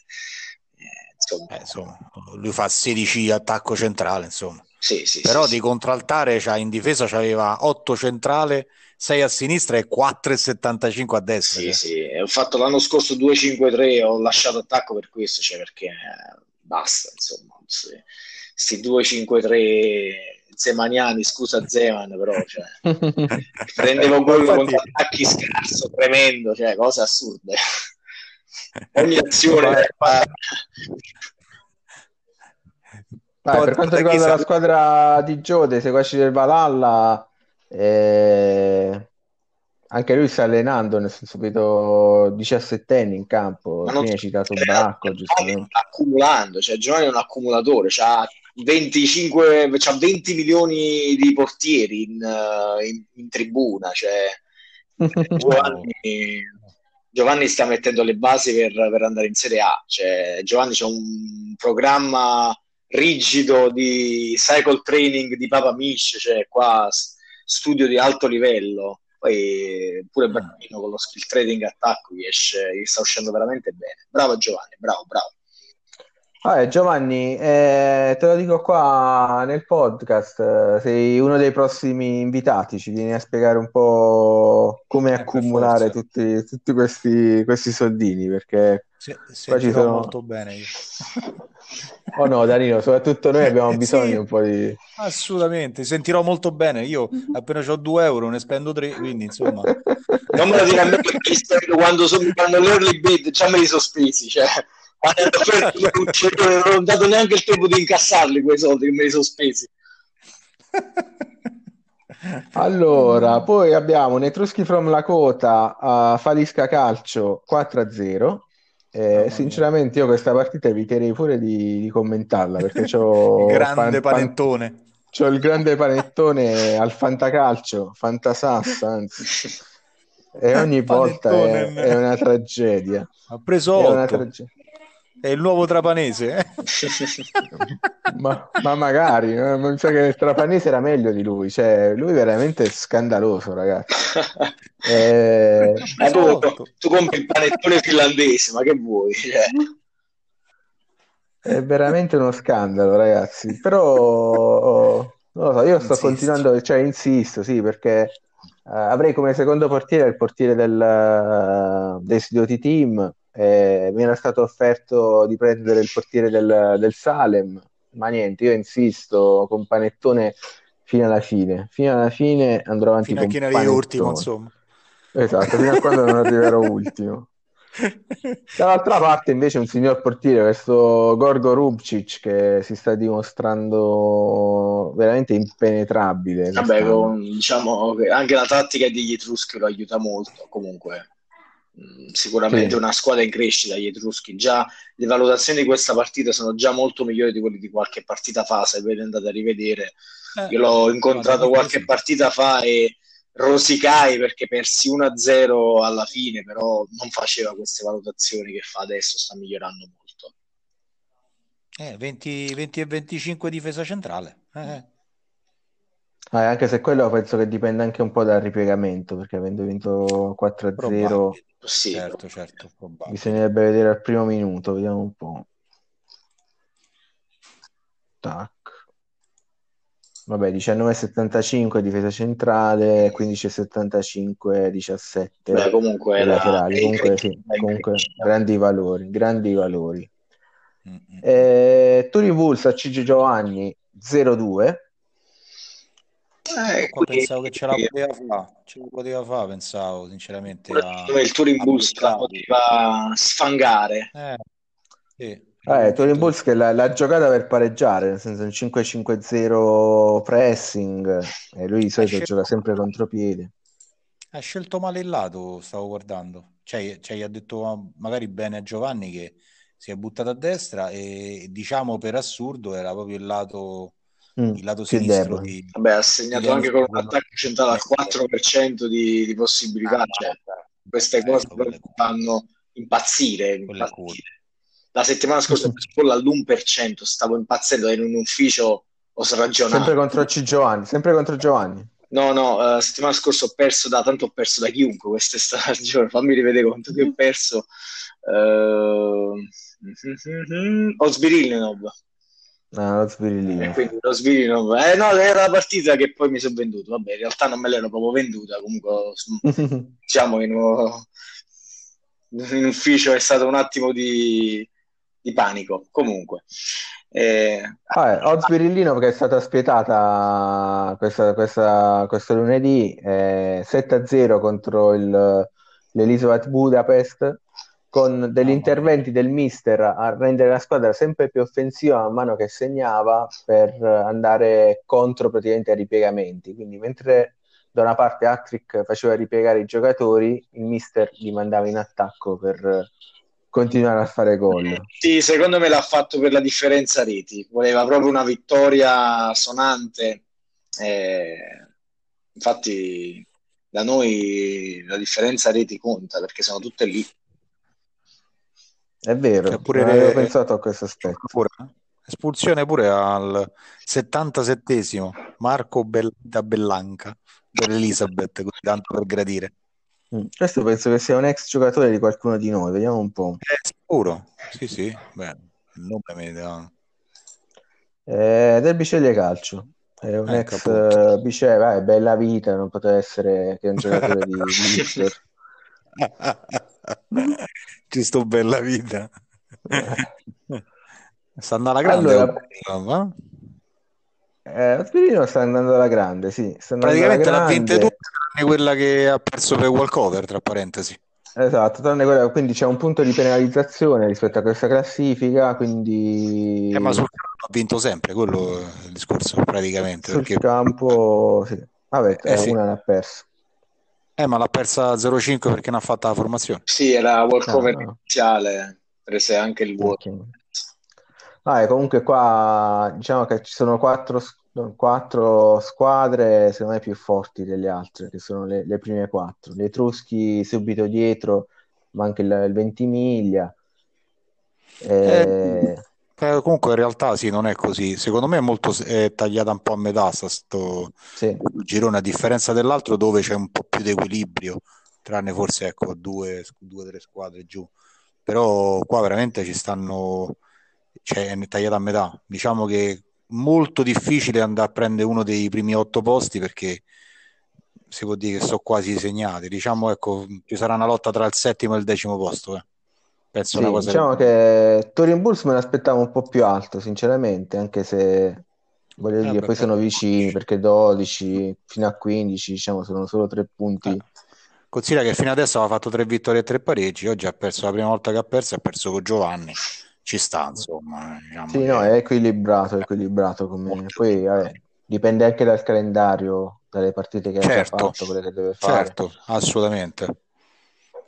insomma, lui fa 16 attacco centrale, insomma. Però di contraltare in difesa c'aveva 8 centrale, 6 a sinistra e 4,75 a destra. Ho fatto l'anno scorso 2-5-3, ho lasciato attacco per questo, cioè perché basta, insomma, sti 2-5-3 zemaniani, scusa Zeman, però prendevo gol con attacchi scarso, tremendo, cioè cose assurde. Ogni azione per quanto riguarda la squadra di Joe, dei seguaci del Valhalla, anche lui sta allenando, nel senso vedo 17 anni in campo. Prima hai citato Bracco, giustamente. Accumulando, cioè Giovanni è un accumulatore, c'ha 20 milioni di portieri in tribuna, cioè Giovanni sta mettendo le basi per andare in Serie A, cioè Giovanni c'ha un programma rigido di cycle training di Papa Misch, cioè qua studio di alto livello. Poi pure Bernardino con lo skill trading attacco gli sta uscendo veramente bene. Bravo Giovanni, bravo. Giovanni, te lo dico qua nel podcast, sei uno dei prossimi invitati, ci vieni a spiegare un po' come accumulare tutti questi soldini, perché qua ci sono molto bene io. Oh no, Danilo, soprattutto noi abbiamo bisogno di un po' di... Assolutamente, sentirò molto bene. Io appena ho 2 euro ne spendo 3, quindi insomma... Non me lo dire a me perché quando fanno l'early bid già me li sospesi, cioè non ho dato neanche il tempo di incassarli quei soldi che me li sospesi. Allora, poi abbiamo Netruschi from Lakota a Falisca Calcio 4-0. Sinceramente io questa partita eviterei pure di commentarla perché c'ho grande panettone. C'ho il grande panettone al Fantacalcio, Fantasassa, anzi. E ogni volta è una tragedia. Ha preso 8. È il nuovo Trapanese. ma magari, mi sa che il Trapanese era meglio di lui, cioè lui veramente è scandaloso, ragazzi. Tu compri il panettone finlandese, ma che vuoi? È veramente uno scandalo, ragazzi. Però non lo so, io sto continuando, cioè insisto, sì, perché avrei come secondo portiere il portiere dei Sidoti Team. Mi era stato offerto di prendere il portiere del Salem, ma niente, io insisto con Panettone fino alla fine andrò avanti fino con a chi ne arrivi ultimo, insomma. Esatto, fino a quando non arriverò ultimo. Dall'altra parte invece un signor portiere, questo Gorgo Rubcic, che si sta dimostrando veramente impenetrabile. Vabbè, diciamo che anche la tattica degli Etruschi lo aiuta molto comunque. Sicuramente Sì. una squadra in crescita, gli Etruschi. Già le valutazioni di questa partita sono già molto migliori di quelle di qualche partita fa, se ve ne andate a rivedere. Io l'ho Guarda, incontrato direi qualche sì. partita fa e rosicai perché persi 1-0 alla fine, però non faceva queste valutazioni che fa adesso, sta migliorando molto. 20, 20 e 25 difesa centrale. Anche se quello penso che dipende anche un po' dal ripiegamento, perché avendo vinto 4-0 Probabile. Sì, Certo, probabile. bisognerebbe vedere al primo minuto, vediamo un po'. Tac. Vabbè, 19,75 difesa centrale, 15,75 beh, 17 comunque dei laterali. è in Comunque crescita, sì, è in comunque crescita. grandi valori, grandi valori. Mm, mm, mm. Turi Bulls a Cigi Giovanni 0-2. Io qua Qui, pensavo che ce la poteva fare, pensavo sinceramente pure secondo me il Turing a Bulls la bloccarli. poteva sfangare. Sì, era Turin convinto di Bulls che l'ha giocata per pareggiare, nel senso un 5-5-0 pressing, e lui di ha solito gioca scelto, sempre contropiede. ha scelto male il lato, stavo guardando. Cioè, gli ha detto magari bene a Giovanni che si è buttato a destra e diciamo per assurdo era proprio il lato Più sinistro debole. Vabbè, ha di segnato anche Lenz con un quello attacco centrale al 4% di possibilità, cioè queste cose ecco, proprio fanno impazzire, quello è cool. impazzire. La settimana scorsa ho preso gol all'1%, stavo impazzendo, ero in un ufficio, ho sragionato. Sempre contro Giovanni. No, no, la settimana scorsa tanto ho perso da chiunque questa stagione, fammi rivedere quanto che ho perso. Ho Svirilnov. No, lo sbirillino. Quindi lo Svirinov, no, era la partita che poi mi sono venduto. Vabbè, in realtà non me l'ero proprio venduta. Comunque, diciamo che in ufficio è stato un attimo di panico. Comunque, Oz Birillino che è stata spietata questo lunedì, 7-0 contro l'Elisovat Budapest, con degli Mamma mia. interventi del mister a rendere la squadra sempre più offensiva man mano che segnava per andare contro praticamente ai ripiegamenti. Quindi mentre da una parte Hattrick faceva ripiegare i giocatori, il mister li mandava in attacco per continuare a fare gol. sì, secondo me l'ha fatto per la differenza reti. Voleva proprio una vittoria sonante. Eh, infatti, da noi la differenza reti conta perché sono tutte lì. È C'è vero, non avevo pure pensato a questo aspetto. espulsione pure al 77esimo da Bellanca per Elisabeth, così tanto per gradire. Questo penso che sia un ex giocatore di qualcuno di noi, vediamo un po'. Sicuro? Sì. Beh, il nome mi dà... Del Biceglie Calcio, è un ex appunto. bella vita, non poteva essere che un giocatore di Inter. Ci sto bella vita. Sta andando alla grande. Allora, No? Spirino sta andando alla grande, sì, sta andando alla Praticamente l'ha vinte tutte, grande. tranne quella che ha perso per walkover, tra parentesi. Esatto, quindi c'è un punto di penalizzazione rispetto a questa classifica, Ma quindi sul campo ha vinto sempre, quello è il discorso, praticamente, sul perché campo, sì. Vabbè, sì. una l'ha persa. Ma l'ha persa 0-5 perché non ha fatto la formazione. Sì, era Ah, walkover no. iniziale, prese anche il vuoto. Ok. Comunque qua diciamo che ci sono quattro squadre, secondo me, più forti delle altre, che sono le prime quattro. Le Etruschi subito dietro, ma anche il Ventimiglia. Eh, Eh, comunque in realtà sì, non è così. Secondo me è molto è tagliata un po' a metà sto sì. girone, a differenza dell'altro dove c'è un po' più di equilibrio, tranne forse ecco due o tre squadre giù. Però qua veramente ci stanno, cioè è tagliata a metà. Diciamo che è molto difficile andare a prendere uno dei primi 8 posti perché si può dire che sono quasi segnati. Diciamo ecco, ci sarà una lotta tra il settimo e il 10° posto. Penso una Sì, cosa del diciamo che Turin Bulls me l'aspettavo un po' più alto, sinceramente, anche se voglio dire, beh, poi però sono vicini, perché 12 fino a 15, diciamo, sono solo 3 punti. considera che fino adesso aveva fatto 3 vittorie e 3 pareggi, oggi ha perso la prima volta che ha perso con Giovanni. Ci sta, insomma, diciamo Sì, no, che è equilibrato come... molto Poi, equilibrato. dipende anche dal calendario, dalle partite che ha già Certo, fatto, quelle che deve fare. certo, assolutamente.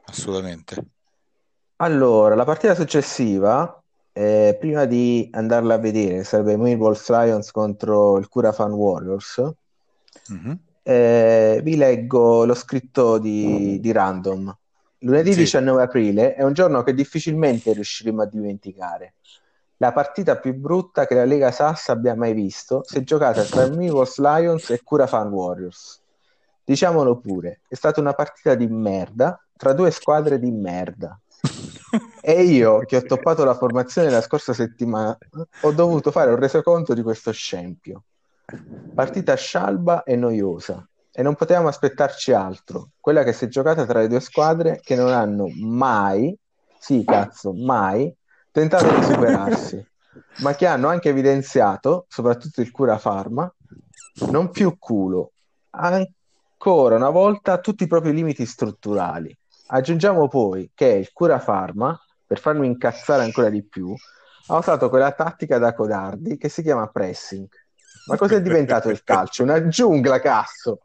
assolutamente. Allora, la partita successiva, prima di andarla a vedere, sarebbe Millwall Lions contro il Curafan Warriors, Mhm. vi leggo lo scritto di Random. Lunedì Sì. 19 aprile è un giorno che difficilmente riusciremo a dimenticare. La partita più brutta che la Lega Sass abbia mai visto si è giocata tra Millwall Lions e Curafan Warriors. Diciamolo pure, è stata una partita di merda tra due squadre di merda. E io, che ho toppato la formazione la scorsa settimana, ho dovuto fare un resoconto di questo scempio. Partita scialba e noiosa. E non potevamo aspettarci altro. Quella che si è giocata tra le due squadre che non hanno mai, sì cazzo, mai, tentato di superarsi, ma che hanno anche evidenziato, soprattutto il Cura Pharma, non più culo, ancora una volta tutti i propri limiti strutturali. Aggiungiamo poi che il Cura Pharma, per farmi incazzare ancora di più, ha usato quella tattica da codardi che si chiama pressing. Ma cos'è diventato il calcio? Una giungla, cazzo!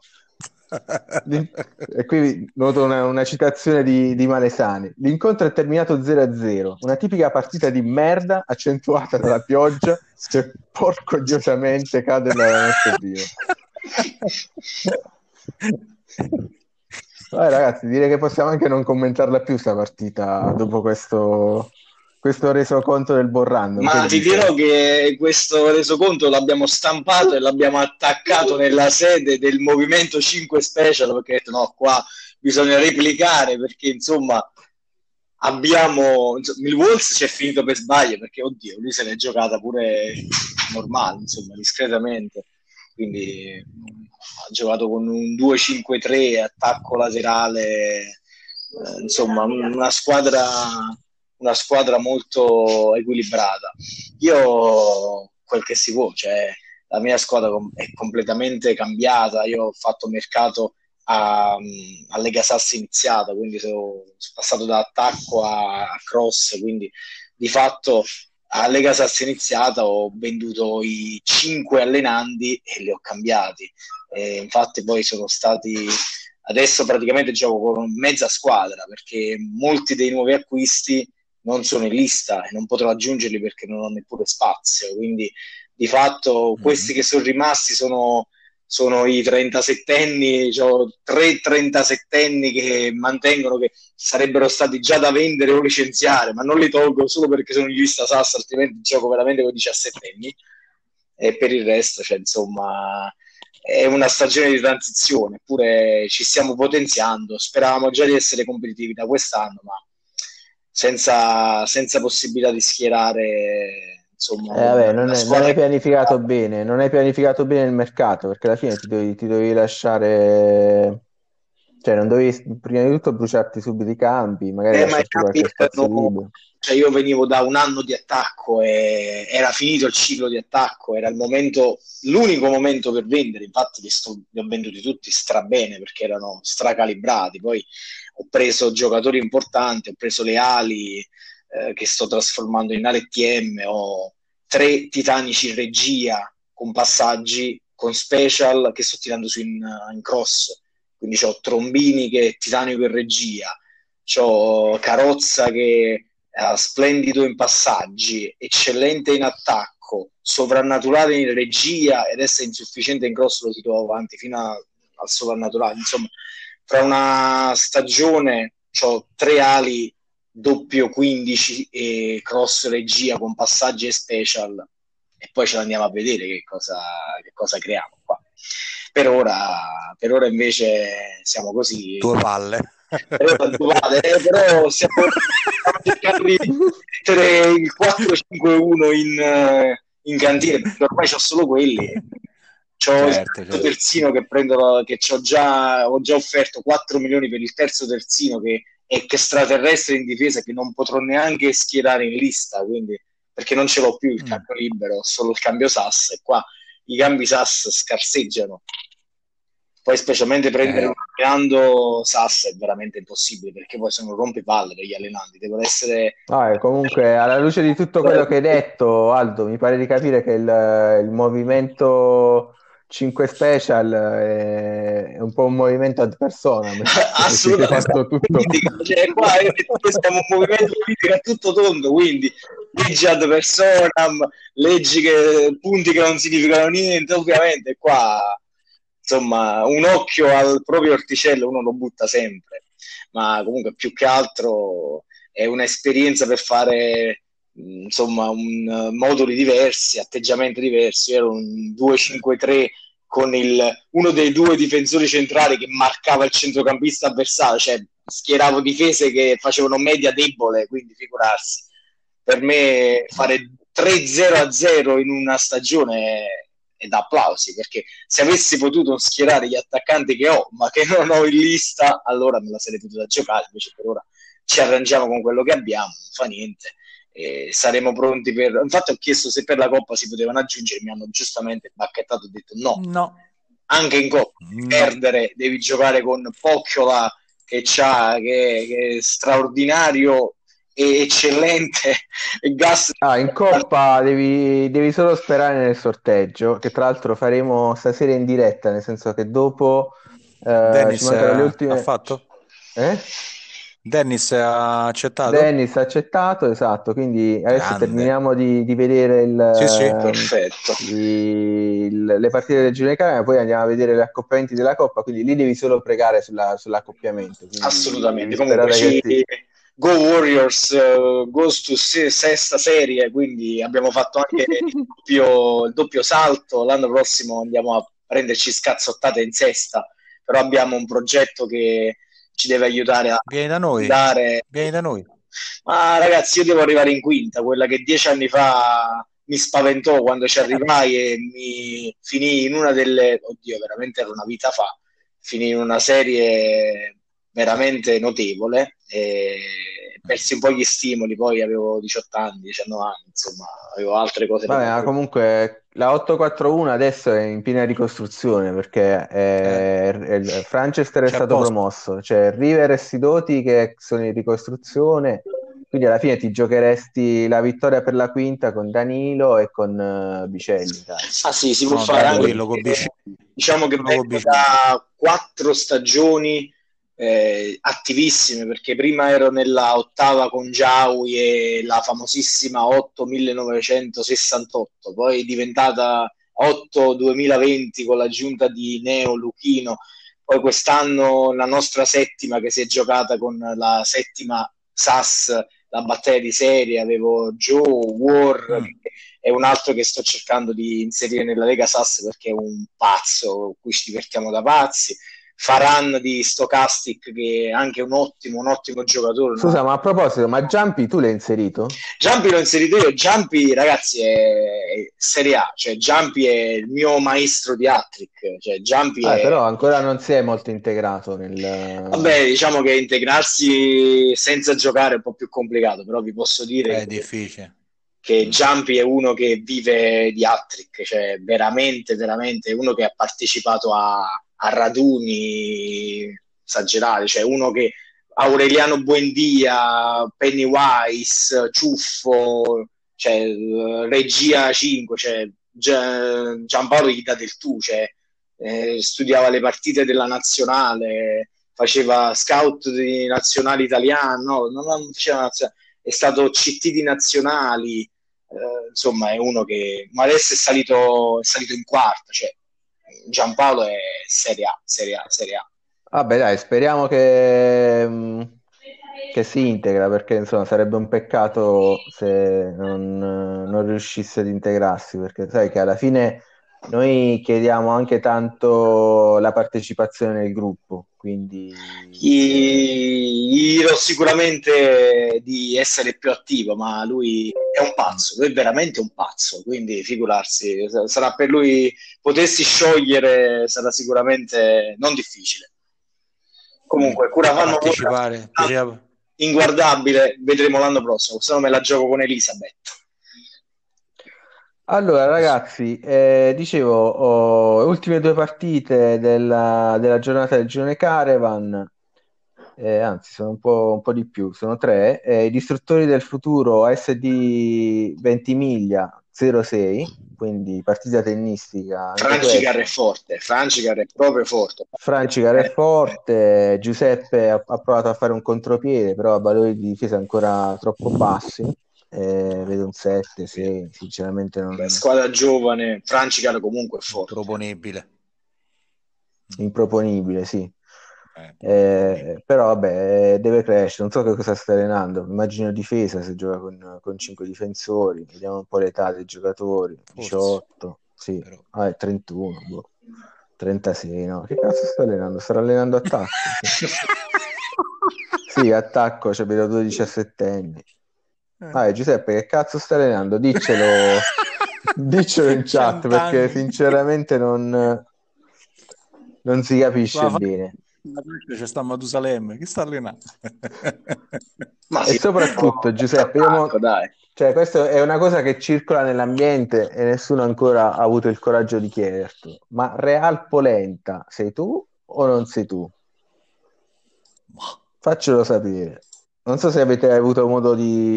E qui noto una citazione di Malesani. L'incontro è terminato 0-0, una tipica partita di merda accentuata dalla pioggia che porco diosamente cade dalle nostre prime. Vabbè, ragazzi, direi che possiamo anche non commentarla più sta partita dopo questo resoconto del buon Random. Ma Che ti dite? dirò che questo resoconto l'abbiamo stampato e l'abbiamo attaccato nella sede del Movimento 5 Special perché ho detto no, qua bisogna replicare perché insomma il Wolves ci è finito per sbaglio perché oddio, lui se l'è giocata pure normale, insomma, discretamente. Quindi ha giocato con un 2-5-3, attacco laterale, insomma, una squadra molto equilibrata. Io quel che si può, cioè la mia squadra è completamente cambiata. Io ho fatto mercato a Lega Sass iniziata, quindi sono passato da attacco a cross, quindi di fatto a Lega Sass iniziata ho venduto i 5 allenandi e li ho cambiati. E infatti poi sono stati adesso praticamente gioco con mezza squadra perché molti dei nuovi acquisti non sono in lista e non potrò aggiungerli perché non ho neppure spazio, quindi di fatto questi che sono rimasti sono i 37enni, cioè 3 37enni che mantengono che sarebbero stati già da vendere o licenziare, ma non li tolgo solo perché sono in lista SAS, altrimenti gioco veramente con i 17enni. E per il resto, cioè, insomma, è una stagione di transizione, eppure ci stiamo potenziando. Speravamo già di essere competitivi da quest'anno, ma senza possibilità di schierare insomma Vabbè, una non squadra hai che pianificato bene, non hai pianificato bene il mercato perché alla fine ti dovevi lasciare, cioè non dovevi prima di tutto bruciarti subito i campi, magari ma i lasciarti campi qualche spazio erano, libero. cioè io venivo da un anno di attacco e era finito il ciclo di attacco, era il momento, l'unico momento per vendere, infatti li ho venduti tutti strabene perché erano stracalibrati, poi ho preso giocatori importanti, ho preso le ali che sto trasformando in ale TM, ho 3 titanici in regia con passaggi, con special che sto tirando in cross, quindi ho Trombini che è titanico in regia, c'ho Carozza che è splendido in passaggi, eccellente in attacco, sovrannaturale in regia ed essere insufficiente in cross lo situavo avanti fino al sovrannaturale. Insomma, fra una stagione ho 3 ali doppio 15 e cross regia con passaggi e special e poi ce l'andiamo a vedere che cosa creiamo qua. Per ora invece siamo così. Due palle. Però stiamo cercando di mettere il 4-5-1 in cantiere perché ormai c'ho solo quelli. C'ho il terzo terzino che prendo, che ho già offerto 4 milioni per il terzo terzino che è extraterrestre in difesa che non potrò neanche schierare in lista, quindi perché non ce l'ho più il cambio libero, ho solo il cambio SAS e qua i cambi SAS scarseggiano. Poi specialmente prendere un allenando SAS è veramente impossibile perché poi sono rompipalle per gli allenanti, devono essere Comunque, alla luce di tutto quello che hai detto, Aldo, mi pare di capire che il movimento 5 special è un po' un movimento ad personam, e siete Assolutamente, fatto tutto. cioè, qua siamo un movimento politico a tutto tondo, quindi leggi ad personam, leggi che punti che non significano niente, ovviamente qua insomma un occhio al proprio orticello uno lo butta sempre, ma comunque più che altro è un'esperienza per fare insomma moduli diversi, atteggiamenti diversi. Era un 2-5-3 con uno dei due difensori centrali che marcava il centrocampista avversario, cioè schieravo difese che facevano media debole, quindi figurarsi. Per me fare 3-0-0 in una stagione è da applausi, perché se avessi potuto schierare gli attaccanti che ho, ma che non ho in lista, allora me la sarei potuta giocare, invece per ora ci arrangiamo con quello che abbiamo, non fa niente. Saremo pronti per... Infatti ho chiesto se per la Coppa si potevano aggiungere, mi hanno giustamente bacchettato, ho detto no, No, anche in Coppa no. perdere devi giocare con Pocciola che è straordinario e eccellente e Gas. In Coppa devi solo sperare nel sorteggio, che tra l'altro faremo stasera in diretta, nel senso che dopo ci Dennis mancano le ha ultime... fatto? Eh? Dennis ha accettato? Dennis ha accettato, esatto, quindi adesso Grande. terminiamo di vedere Sì, sì. Perfetto, le partite del girone Canada, poi andiamo a vedere gli accoppiamenti della Coppa, quindi lì devi solo pregare sull'accoppiamento, quindi devi assolutamente. Comunque sperare che ti... Go Warriors, goes to sesta serie, quindi abbiamo fatto anche il doppio salto. L'anno prossimo andiamo a prenderci scazzottate in sesta, però abbiamo un progetto che ci deve aiutare a Vieni da noi. andare. Vieni da noi. Ma ragazzi, io devo arrivare in quinta, quella che 10 anni fa mi spaventò quando ci arrivai e mi finì in una delle... Oddio, veramente era una vita fa. Finì in una serie veramente notevole e persi un po' gli stimoli, poi avevo 18 anni, 19 anni, insomma, avevo altre cose da Vabbè, ma fare. comunque la 841 adesso è in piena ricostruzione perché il Franchester è C'è stato posto. promosso, c'è River e Sidoti che sono in ricostruzione, quindi alla fine ti giocheresti la vittoria per la quinta con Danilo e con Bicelli, dai. Ah sì, si può No, fare anche tranquillo, con perché Bisceglie. diciamo che Solo con vengo Bisceglie. da 4 stagioni attivissime, perché prima ero nella ottava con Giaui e la famosissima 8 1968, poi è diventata 8 2020 con l'aggiunta di Neo Luchino, poi quest'anno la nostra settima che si è giocata con la settima SAS, la battaglia di serie, avevo Joe, War, che è un altro che sto cercando di inserire nella Lega SAS perché è un pazzo, qui ci divertiamo da pazzi. Faran di Stochastic che è anche un ottimo giocatore, no? Scusa, ma a proposito, ma Giampi tu l'hai inserito? Giampi l'ho inserito io. Giampi, ragazzi, è Serie A, cioè Giampi è il mio maestro di hat-trick, cioè Giampi è... Però ancora non si è molto integrato Vabbè, diciamo che integrarsi senza giocare è un po' più complicato, però vi posso dire È difficile. che Giampi è uno che vive di hat-trick, cioè veramente è uno che ha partecipato a raduni esagerati, cioè uno che Aureliano Buendia, Pennywise, Ciuffo, cioè Regia 5, cioè Giampaolo gli dà del tu, cioè studiava le partite della nazionale, faceva scout di nazionale italiano, no, non faceva nazionale, è stato CT di nazionali, insomma è uno che... Ma adesso è salito in quarta, cioè Giampaolo è Serie A, Serie A, Serie A. Vabbè, dai, speriamo che si integra, perché insomma sarebbe un peccato se non riuscisse ad integrarsi, perché sai che alla fine noi chiediamo anche tanto la partecipazione nel gruppo, quindi Gli dirò sicuramente di essere più attivo, ma lui è un pazzo, lui è veramente un pazzo, quindi figurarsi, sarà per lui, potessi sciogliere, sarà sicuramente non difficile. Comunque, Curafanno Partecipare. inguardabile, vedremo l'anno prossimo, se no me la gioco con Elisabeth. Allora, ragazzi, dicevo, ultime due partite della giornata del girone Caravan, anzi sono un po' di più, sono tre. I distruttori del futuro ASD Ventimiglia 0-6, quindi partita tennistica anche Francicar è questa. forte, Francicar è proprio forte. Francicar è forte, Giuseppe ha provato a fare un contropiede, però a valori di difesa ancora troppo bassi. Vedo un 7, 6, sinceramente Beh, non squadra giovane, Francicar comunque è forte. Improponibile. improponibile, sì. Improponibile. Però vabbè, deve crescere, non so che cosa sta allenando, immagino difesa se gioca con 5 difensori, vediamo un po' l'età dei giocatori, Forse, 18, sì, però. 31, boh. 36, no? Che cazzo sta allenando? Starà allenando attacco, sì. Sì, attacco, cioè vedo 2 17enni. Giuseppe, che cazzo stai allenando? Diccelo in chat perché Cent'anni. sinceramente non si capisce bene. C'è sta Matusalemme, chi sta allenando? Ma E sì, soprattutto, Giuseppe, io attacco, dai. cioè, questa è una cosa che circola nell'ambiente e nessuno ancora ha avuto il coraggio di chiederti. Ma Real Polenta, sei tu o non sei tu? Faccelo sapere. Non so se avete avuto modo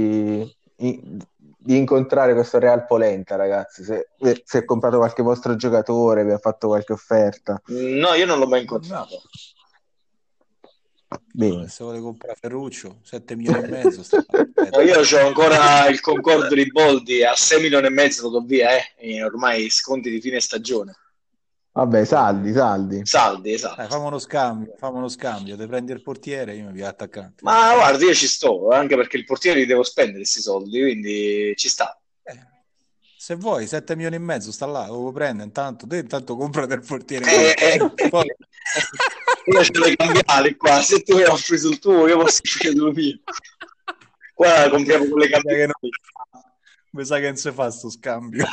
di incontrare questo Real Polenta, ragazzi. Se è comprato qualche vostro giocatore, vi ha fatto qualche offerta. No, io non l'ho mai No. incontrato. Bene. Se vuole comprare Ferruccio, 7 milioni e mezzo. No, io ho ancora il concordo di Boldi a 6 milioni e mezzo, lo do via, e ormai sconti di fine stagione. Vabbè, saldi. Saldi, esatto. Fammi uno scambio, te prendi il portiere, io mi via attaccante. Ma guarda, io ci sto, anche perché il portiere li devo spendere questi soldi, quindi ci sta. Se vuoi, 7 milioni e mezzo sta là, lo prende intanto, te intanto comprate il portiere. Poi... Io ce le cambiali qua, se tu mi offri sul tuo, io posso fare sul mio. Qua compriamo con le cambiali. Mi sa che non si fa sto scambio.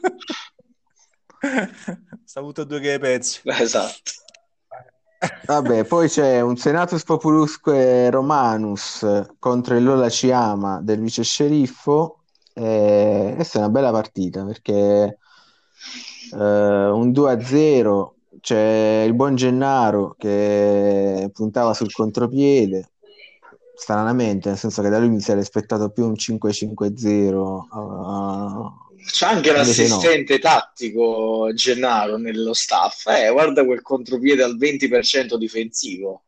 Sta avuto due che pezzi. Esatto. Vabbè, poi c'è un Senatus Populusque Romanus contro il Lola Ciama del vice sceriffo. Questa è una bella partita perché un 2-0, c'è il buon Gennaro che puntava sul contropiede, stranamente, nel senso che da lui mi sarei aspettato più un 5-5-0. C'è anche l'assistente tattico Gennaro nello staff. Guarda quel contropiede al 20% difensivo.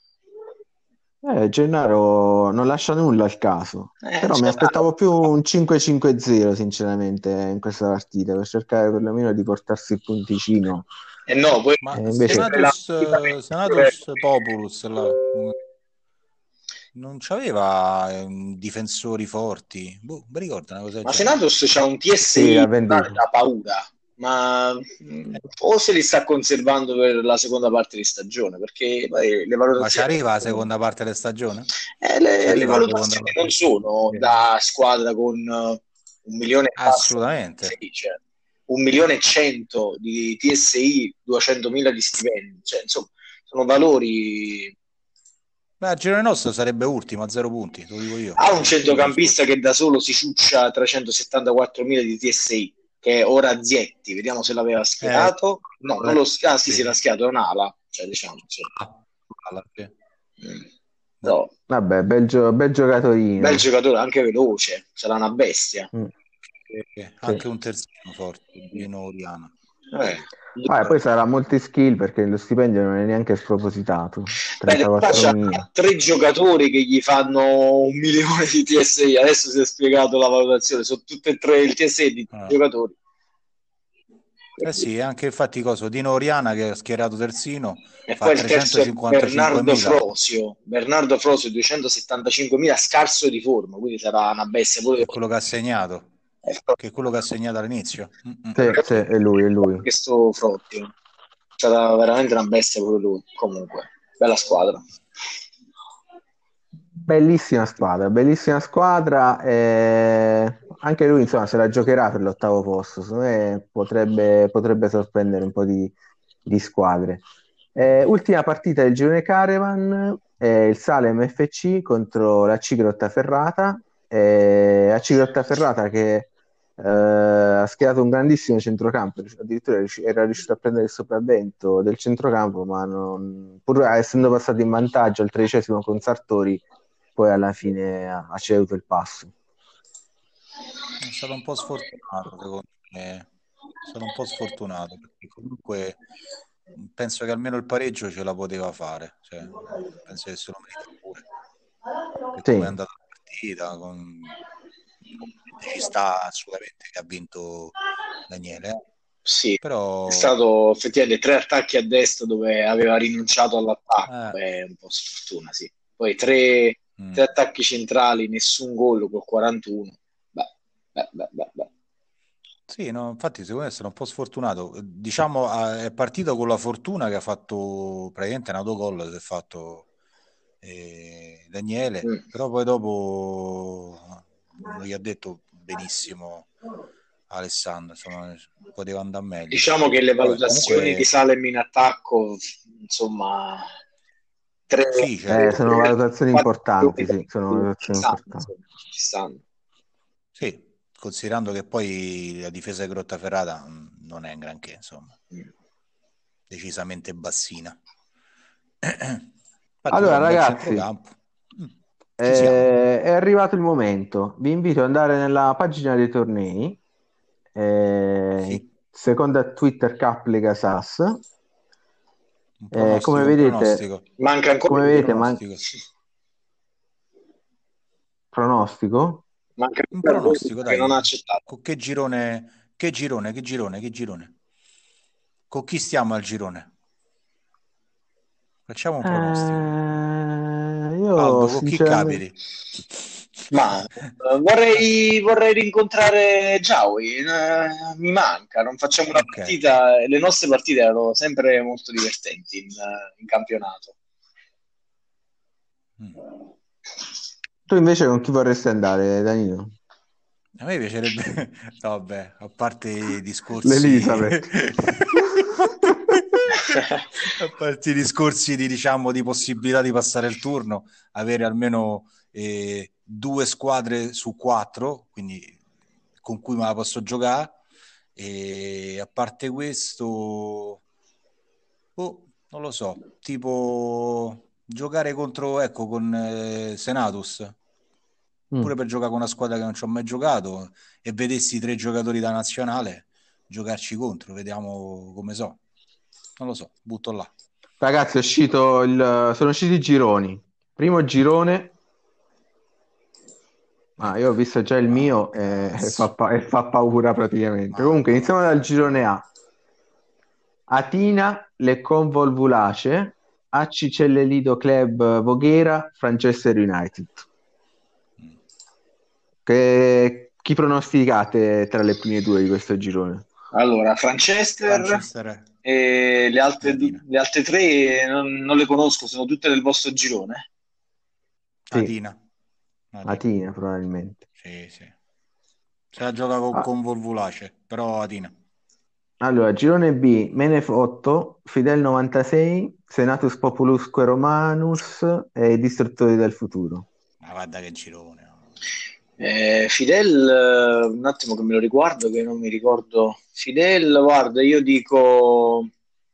Gennaro non lascia nulla al caso, però mi aspettavo più un 5-5-0 sinceramente in questa partita per cercare perlomeno di portarsi il punticino. No, poi invece... Senatus Populus là. Non c'aveva difensori forti. Boh, mi ricordo una cosa. Ma Senatus c'ha un TSI da paura, ma o se li sta conservando per la seconda parte di stagione, perché le valutazioni... Ma ci arriva la seconda parte della stagione? Le valutazioni non sono da squadra con 1 milione e assolutamente. 1 milione e 100 di TSI, 200.000 di stipendi, cioè, insomma, sono valori... Beh, a girone nostro sarebbe ultimo a 0 punti, te lo dico io. Ha un centrocampista che da solo si ciuccia 374.000 di TSI, che è ora Zietti, vediamo se l'aveva schierato. No, non lo schierato, sì, l'ha schierato, è un'ala, cioè diciamo. No. Vabbè, bel giocatorino. Bel giocatore, anche veloce, sarà una bestia. Anche un terzino forte, Dino Oriana. Poi sarà multi-skill perché lo stipendio non è neanche spropositato. 34.000. C'ha 3 giocatori che gli fanno 1 milione di TSI. Adesso si è spiegato la valutazione, sono tutte e 3 il TSI di giocatori. Sì, anche infatti Dino Oriana che ha schierato terzino e poi il terzo è Bernardo Frosio 275.000, scarso di forma, quindi sarà una bestia pure. È quello che ha segnato. Che è quello che ha segnato all'inizio. Sì, è lui. Questo Frosio è stata veramente una bestia pure lui. Comunque, bella squadra. Bellissima squadra. Anche lui, insomma, se la giocherà per l'8º posto. Secondo me potrebbe sorprendere un po' di squadre. Ultima partita del girone Caravan, il Salem FC contro la C Grottaferrata. La C Grottaferrata che ha schierato un grandissimo centrocampo, addirittura era riuscito a prendere il sopravvento del centrocampo, ma pur essendo passato in vantaggio al 13° con Sartori, poi alla fine ha ceduto il passo. stato un po' sfortunato, secondo me. È stato un po' sfortunato, perché comunque penso che almeno il pareggio ce la poteva fare. Cioè, penso che se lo merita pure. Per come è Sì. andata la partita, ci sta assolutamente che ha vinto Daniele. Sì, è Però stato effettivamente 3 attacchi a destra dove aveva rinunciato all'attacco, è un po' sfortuna, sì. Poi tre attacchi centrali, nessun gol col 41. Beh. sì, no, infatti secondo me è stato un po' sfortunato. Diciamo, è partito con la fortuna che ha fatto praticamente un autogol, si è fatto Daniele, però poi dopo non gli ha detto benissimo Alessandro, insomma, poteva andare meglio. Diciamo che le valutazioni comunque di Salem in attacco, insomma, sì, certo. sono valutazioni 4 importanti, milioni sì, sono valutazioni importanti. ci stanno. Sì, considerando che poi la difesa di Grottaferrata non è un granché, insomma, decisamente bassina. Infatti, Allora, nel ragazzi, centrocampo ci siamo. è arrivato il momento. Vi invito ad andare nella pagina dei tornei, Sì. seconda Twitter Cup Lega SAS. Un pronostico, Come un vedete, pronostico. Manca ancora come un vedete, pronostico. pronostico? Manca Un ancora pronostico, che non dai. ha accettato. Con che girone? Che girone? Con chi stiamo al girone? Facciamo un pronostico. Io Aldo, con chi sinceramente... capiti? Ma vorrei rincontrare Giaui, mi manca, non facciamo una Ok. partita, le nostre partite erano sempre molto divertenti in campionato. Tu invece con chi vorresti andare, Danilo? A me piacerebbe, no, vabbè, a parte i discorsi, L'Elisabeth. a parte i discorsi di, diciamo, di possibilità di passare il turno, avere almeno 2 squadre su 4, quindi con cui me la posso giocare. E a parte questo, non lo so, tipo giocare contro, ecco, con Senatus. Pure per giocare con una squadra che non ci ho mai giocato e vedessi 3 giocatori da nazionale giocarci contro, vediamo come so. Non lo so, butto là. Ragazzi, sono usciti i gironi. Primo girone, io ho visto già il mio e fa paura praticamente. Comunque, iniziamo dal girone A. Atina, Lecon Volvulace, AC Cellelido Club Voghera, Manchester United. Chi pronosticate tra le prime due di questo girone? Allora, Manchester e le altre 3 non le conosco, sono tutte del vostro girone. Sì. Atina probabilmente. Sì. Se la gioca con Volvulace, però Atina. Allora, girone B, Menefotto, Fidel 96, Senatus Populusque Romanus e Distruttori del Futuro. Ma guarda che girone. Fidel, un attimo che me lo riguardo, che non mi ricordo. Fidel, guarda, io dico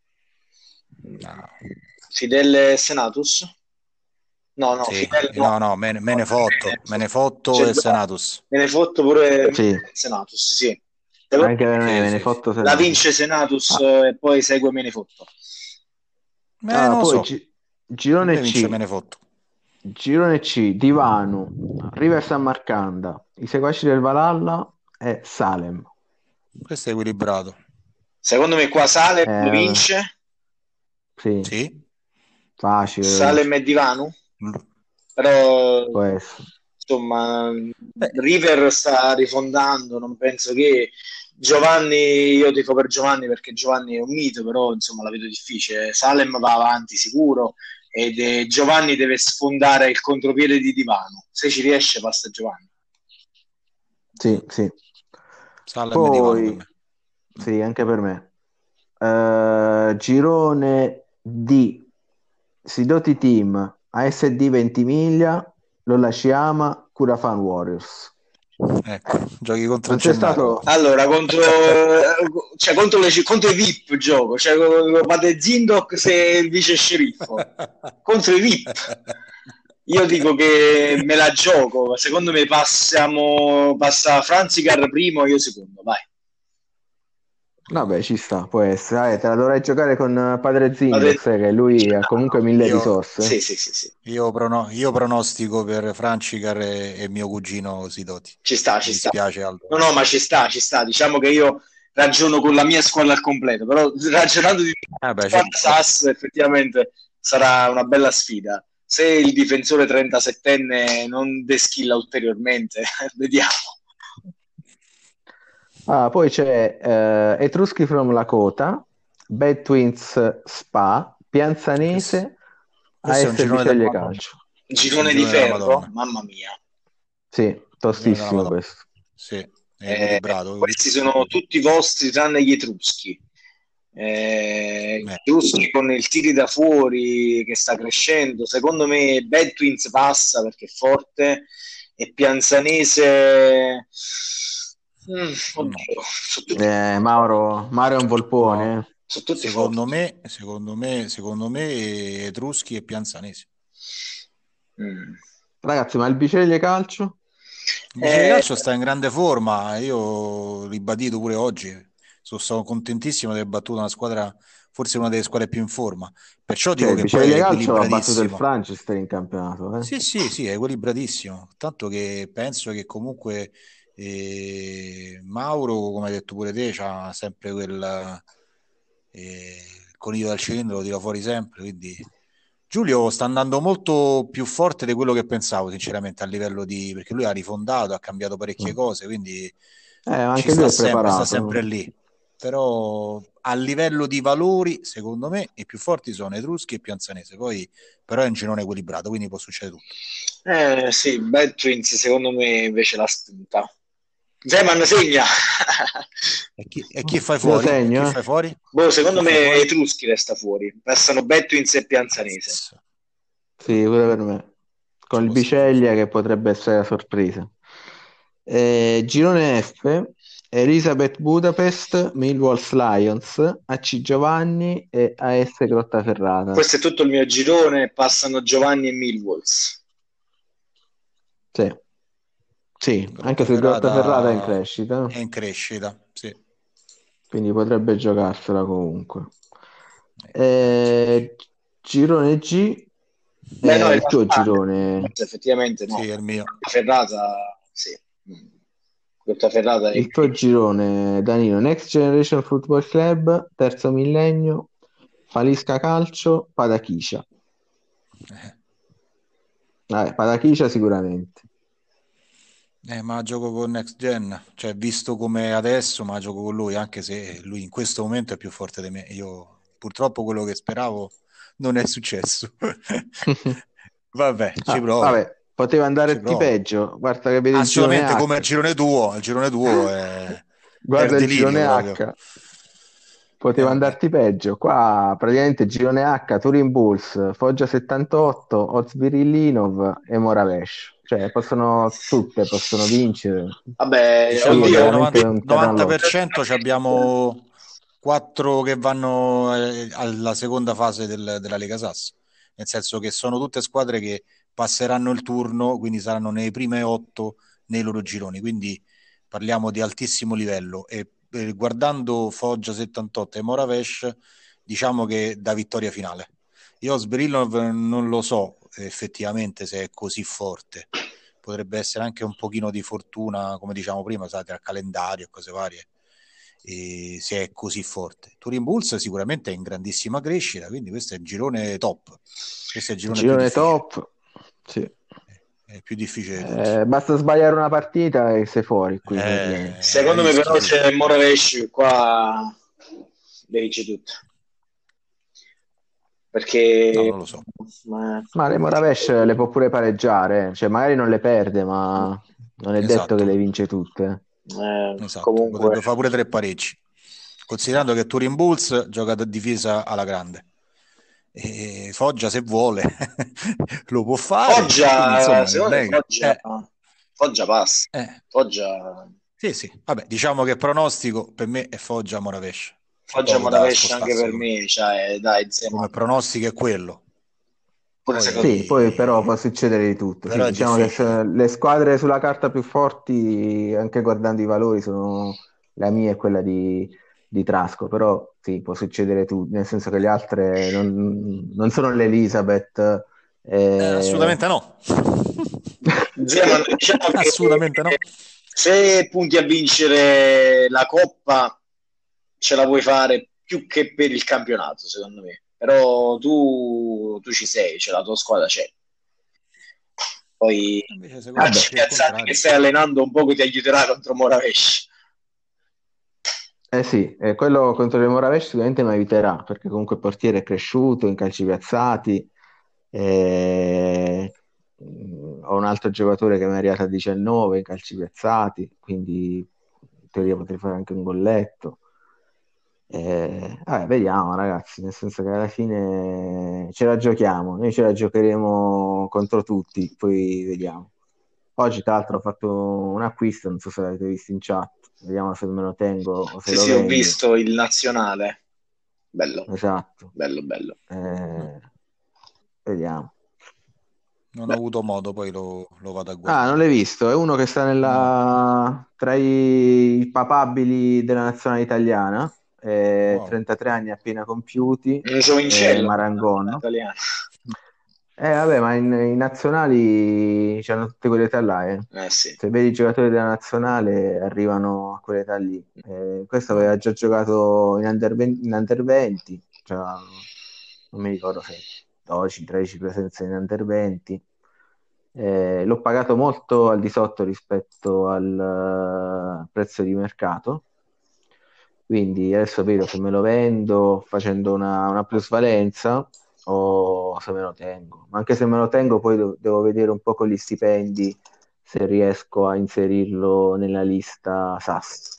Fidel Senatus. No, sì. Fidel no, Menefotto e Senatus. Menefotto pure sì. Senatus, sì. Anche per me Menefotto Senatus. La vince Senatus e poi segue Menefotto. Non poi so. girone C. Menefotto. Girone C, Divano, River San Marcanda, I Seguaci del Valhalla e Salem. Questo è equilibrato. Secondo me qua Salem vince. Sì. Facile. Salem e Divano. Però insomma River sta rifondando, non penso che Giovanni, io tifo per Giovanni perché Giovanni è un mito, però insomma la vedo difficile. Salem va avanti sicuro ed Giovanni deve sfondare il contropiede di Divano, se ci riesce passa Giovanni. Sì. Salem e Divano per me. Sì, anche per me. Girone D, Sidoti Team, ASD Ventimiglia, Lolla Ciama, Curafan Warriors. Ecco, giochi contro non c'è Gennaro. stato... Allora, contro i VIP gioco, vado Zindox e il vice sceriffo contro i VIP. Io dico che me la gioco. Secondo me passa Franzicar primo, io secondo. Vai. Vabbè, ci sta, può essere. Te la dovrai giocare con padre Vado- Zindex, che lui ha comunque mille Io, risorse. Sì, sì, sì, sì. io pronostico per Francicar e mio cugino Sidoti. Ci sta, ci Mi sta. dispiace Aldo. No, no, ma ci sta, ci sta. Diciamo che io ragiono con la mia squadra al completo, però ragionando di Beh, squadra SAS effettivamente sarà una bella sfida. Se il difensore 37enne non deschilla ulteriormente, vediamo. Poi c'è Etruschi from Lakota, Bad Twins Spa, questo, Pianzanese, questo è un AS girone della Biceglie Madonna. Calcio. Questo è un Girone di girone della ferro, Madonna. mamma mia. Sì, Un girone della tostissimo Madonna. questo. Sì, è equilibrato. Questi sono tutti vostri tranne gli Etruschi. Eh, Etruschi con il tiri da fuori che sta crescendo. Secondo me Bad Twins passa perché è forte e Pianzanese. no. Oddio, sono tutti, Mauro è un volpone. No, sono tutti forti. secondo me Etruschi e Pianzanesi. Mm. Ragazzi, ma il Biceglie Calcio? Invece di calcio sta in grande forma, io ho ribadito pure oggi, sono contentissimo di aver battuto una squadra, forse una delle squadre più in forma, perciò Cioè, dico il che poi è Biceglie Calcio ha battuto il equilibratissimo. Franchester in campionato, eh? Sì, sì, sì, è equilibratissimo, tanto che penso che comunque Mauro, come hai detto pure te, c'ha sempre il coniglio dal cilindro, lo tira fuori sempre, quindi Giulio sta andando molto più forte di quello che pensavo, sinceramente, a livello di, perché lui ha rifondato, ha cambiato parecchie Mm. cose, quindi ci Anche lui è sta preparato. sempre lì. Però a livello di valori, secondo me, i più forti sono Etruschi e Pianzanese, poi però è un girone equilibrato, quindi può succedere tutto. Sì, Bad Twins secondo me invece la spunta. Zeman segna. E chi fai Io fuori? E chi segno, fai fuori? Boh, E secondo chi fai me fuori? Etruschi resta fuori. Passano Betwins e Pianzanese. Sì, pure per me. Con Ci il può stare, ci può Biceglie stare. che potrebbe essere la sorpresa. Girone F, Elisabeth Budapest, Millwall Lions, AC Giovanni e AS Grottaferrata. Questo è tutto il mio girone. Passano Giovanni e Millwalls. Sì, sì, anche se Grottaferrata è in Grottaferrata crescita, è in crescita, sì. quindi potrebbe giocarsela comunque. Sì, Eh, Girone G, Beh, no, in il tuo realtà girone, effettivamente no. sì, è il mio. Ferrata, sì. Ferrata è in il tuo crescita. girone, Danilo, Next Generation Football Club, Terzo Millennio, Falisca Calcio, Padachiscia. Padachiscia sicuramente. Ma gioco con Next Gen, cioè visto come adesso, ma gioco con lui, anche se lui in questo momento è più forte di me. Io purtroppo quello che speravo non è successo. Vabbè, ci provo, Vabbè, poteva ci andarti provo. peggio. Guarda che vedi il girone Assolutamente come H. il girone tuo è il Guarda il delirio girone proprio. H. Poteva Vabbè. andarti peggio. Qua praticamente girone H, Turin Bulls, Foggia 78, Ozbirillinov e Moravesh. Cioè, possono vincere. Vabbè, Diciamo Qui è che al oddio. veramente un terreno all'otto. 90% ci abbiamo 4 che vanno alla seconda fase della Lega Sass, nel senso che sono tutte squadre che passeranno il turno, quindi saranno nei prime 8 nei loro gironi, quindi parliamo di altissimo livello e guardando Foggia 78 e Moravesh diciamo che da vittoria finale. Io Sberilov non lo so effettivamente se è così forte, potrebbe essere anche un pochino di fortuna, come diciamo prima, sai, tra calendario e cose varie, e se è così forte. Turin Bulls sicuramente è in grandissima crescita, quindi questo è il girone top, questo è il girone più Girone difficile, top. Sì. è il più difficile di tutti. Basta sbagliare una partita e sei fuori qui praticamente. Secondo me Rischi però tutto. c'è Moravesh qua le dice tutto. No, Perché non lo so. Ma le Moravesh le può pure pareggiare, cioè magari non le perde, ma non è detto che Esatto, le vince tutte. esatto. comunque Potrebbe fare pure 3 pareggi, considerando che Turin Bulls gioca da difesa alla grande. E Foggia se vuole lo può fare, quindi Foggia, insomma non secondo me è che Foggia passa. eh, Foggia, sì sì, vabbè, diciamo che pronostico per me è Foggia Moravesh, c'è Foggia poco da Moravesh anche spostarsi per me, cioè, dai, Zeman. come pronostico è quello. Pure secondo Sì, poi però può succedere di tutto. Sì, Però è diciamo che difficile. le squadre sulla carta più forti, anche guardando i valori, sono la mia e quella di Trasco, però sì, può succedere tutto, nel senso che le altre non sono l'Elizabeth. eh, Assolutamente no. Zeman, diciamo che Assolutamente no. se punti a vincere la Coppa ce la puoi fare più che per il campionato, secondo me. Però tu ci sei, cioè la tua squadra c'è. Poi Invece secondo me è vabbè, Arci più il Piazzati che contrario. stai allenando un po' che ti aiuterà contro Moravesh. eh sì, quello contro il Moravesh sicuramente mi aiuterà, perché comunque il portiere è cresciuto in calci piazzati. Ho un altro giocatore che mi è arrivato a 19 in calci piazzati, quindi in teoria potrei fare anche un golletto. Vabbè, vediamo ragazzi, nel senso che alla fine ce la giochiamo, noi ce la giocheremo contro tutti, poi vediamo. Oggi tra l'altro ho fatto un acquisto, non so se l'avete visto in chat, vediamo se me lo tengo o se Sì, lo sì, ho vendo. visto il nazionale. Bello, Esatto. bello, bello. Mm. Eh, vediamo. Non ho Beh, avuto modo, poi lo vado a ah, non guardare. l'hai visto? È uno che sta No, tra i papabili della nazionale italiana, wow. 33 anni appena compiuti, Un giovincello Marangon. italiano. Vabbè, ma in nazionali c'hanno tutte quelle età là, eh. Sì. Se vedi i giocatori della nazionale arrivano a quell'età lì. Questo Ah, aveva già giocato in Under 20, cioè, non mi ricordo se 12-13 presenze in Under 20. L'ho pagato molto al di sotto rispetto al prezzo di mercato, quindi adesso vedo se me lo vendo facendo una plusvalenza o se me lo tengo. Ma anche se me lo tengo, poi devo vedere un po' con gli stipendi se riesco a inserirlo nella lista SAS.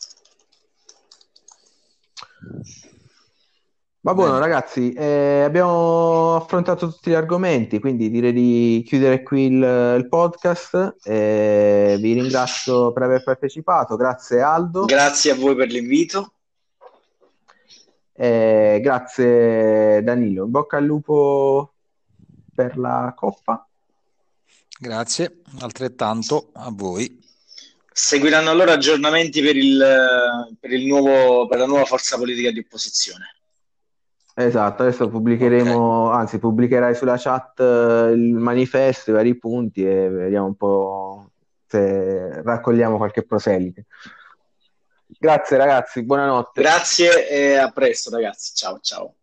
Va buono, bene. ragazzi, abbiamo affrontato tutti gli argomenti, quindi direi di chiudere qui il podcast. Vi ringrazio per aver partecipato, grazie Aldo, Grazie a voi per l'invito. grazie Danilo, in bocca al lupo per la coppa. Grazie, altrettanto a voi. Seguiranno allora aggiornamenti per la nuova forza politica di opposizione. Esatto, adesso Ok, pubblicheremo, anzi pubblicherai sulla chat il manifesto, i vari punti e vediamo un po' se raccogliamo qualche proselite. Grazie ragazzi, buonanotte. Grazie e a presto, ragazzi. Ciao, ciao.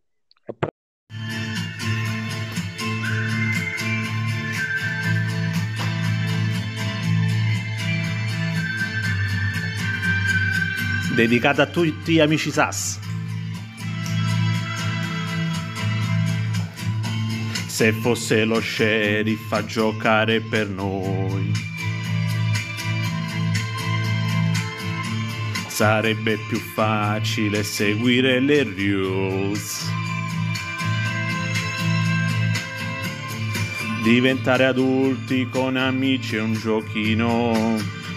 Dedicata a tutti gli amici SAS. Se fosse lo sheriff a giocare per noi, sarebbe più facile seguire le rules. Diventare adulti con amici è un giochino.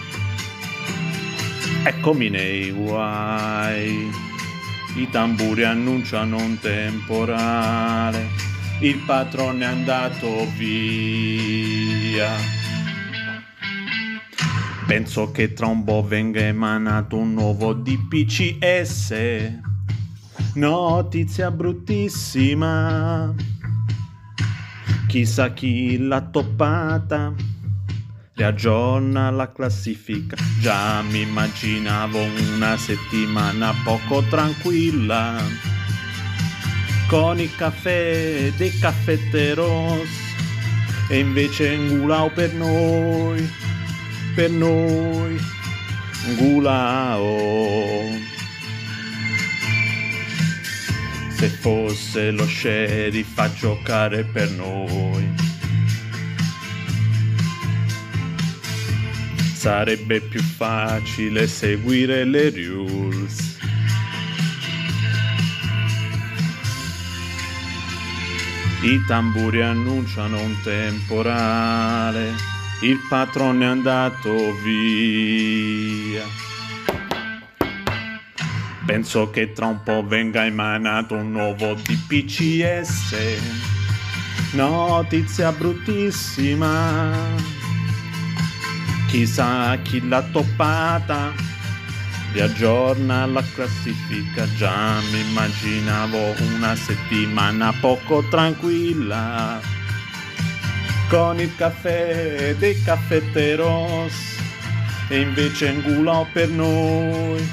Eccomi nei guai, i tamburi annunciano un temporale, il patrone è andato via. Penso che tra un po' venga emanato un nuovo DPCS, notizia bruttissima, chissà chi l'ha toppata. Riaggiorna la classifica, già mi immaginavo una settimana poco tranquilla, con il caffè dei caffetteros, e invece Ngulao per noi, Ngulao. Se fosse lo sheriff a giocare per noi, sarebbe più facile seguire le rules. I tamburi annunciano un temporale, il patrone è andato via. Penso che tra un po' venga emanato un nuovo DPCS, Notizia bruttissima, chissà chi l'ha toppata, riaggiorna la classifica, già mi immaginavo una settimana poco tranquilla, con il caffè dei caffetteros, e invece Angulo per noi,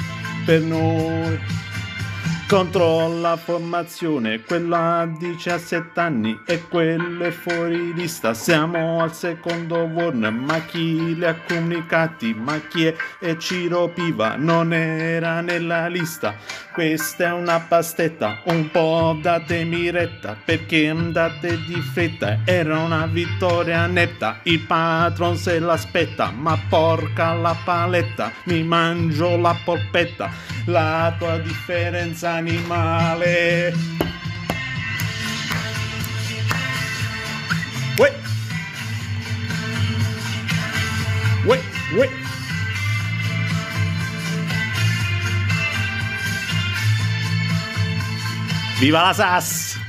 contro la formazione, quella a 17 anni e quelle fuori lista. Siamo al secondo warn, ma chi li ha comunicati? Ma chi è? E Ciro Piva non era nella lista. Questa è una pastetta, un po' datemi retta, perché andate di fretta, era una vittoria netta, il patron se l'aspetta, ma porca la paletta, mi mangio la polpetta, la tua differenza animale. Uè. Uè, uè. Viva la SAS!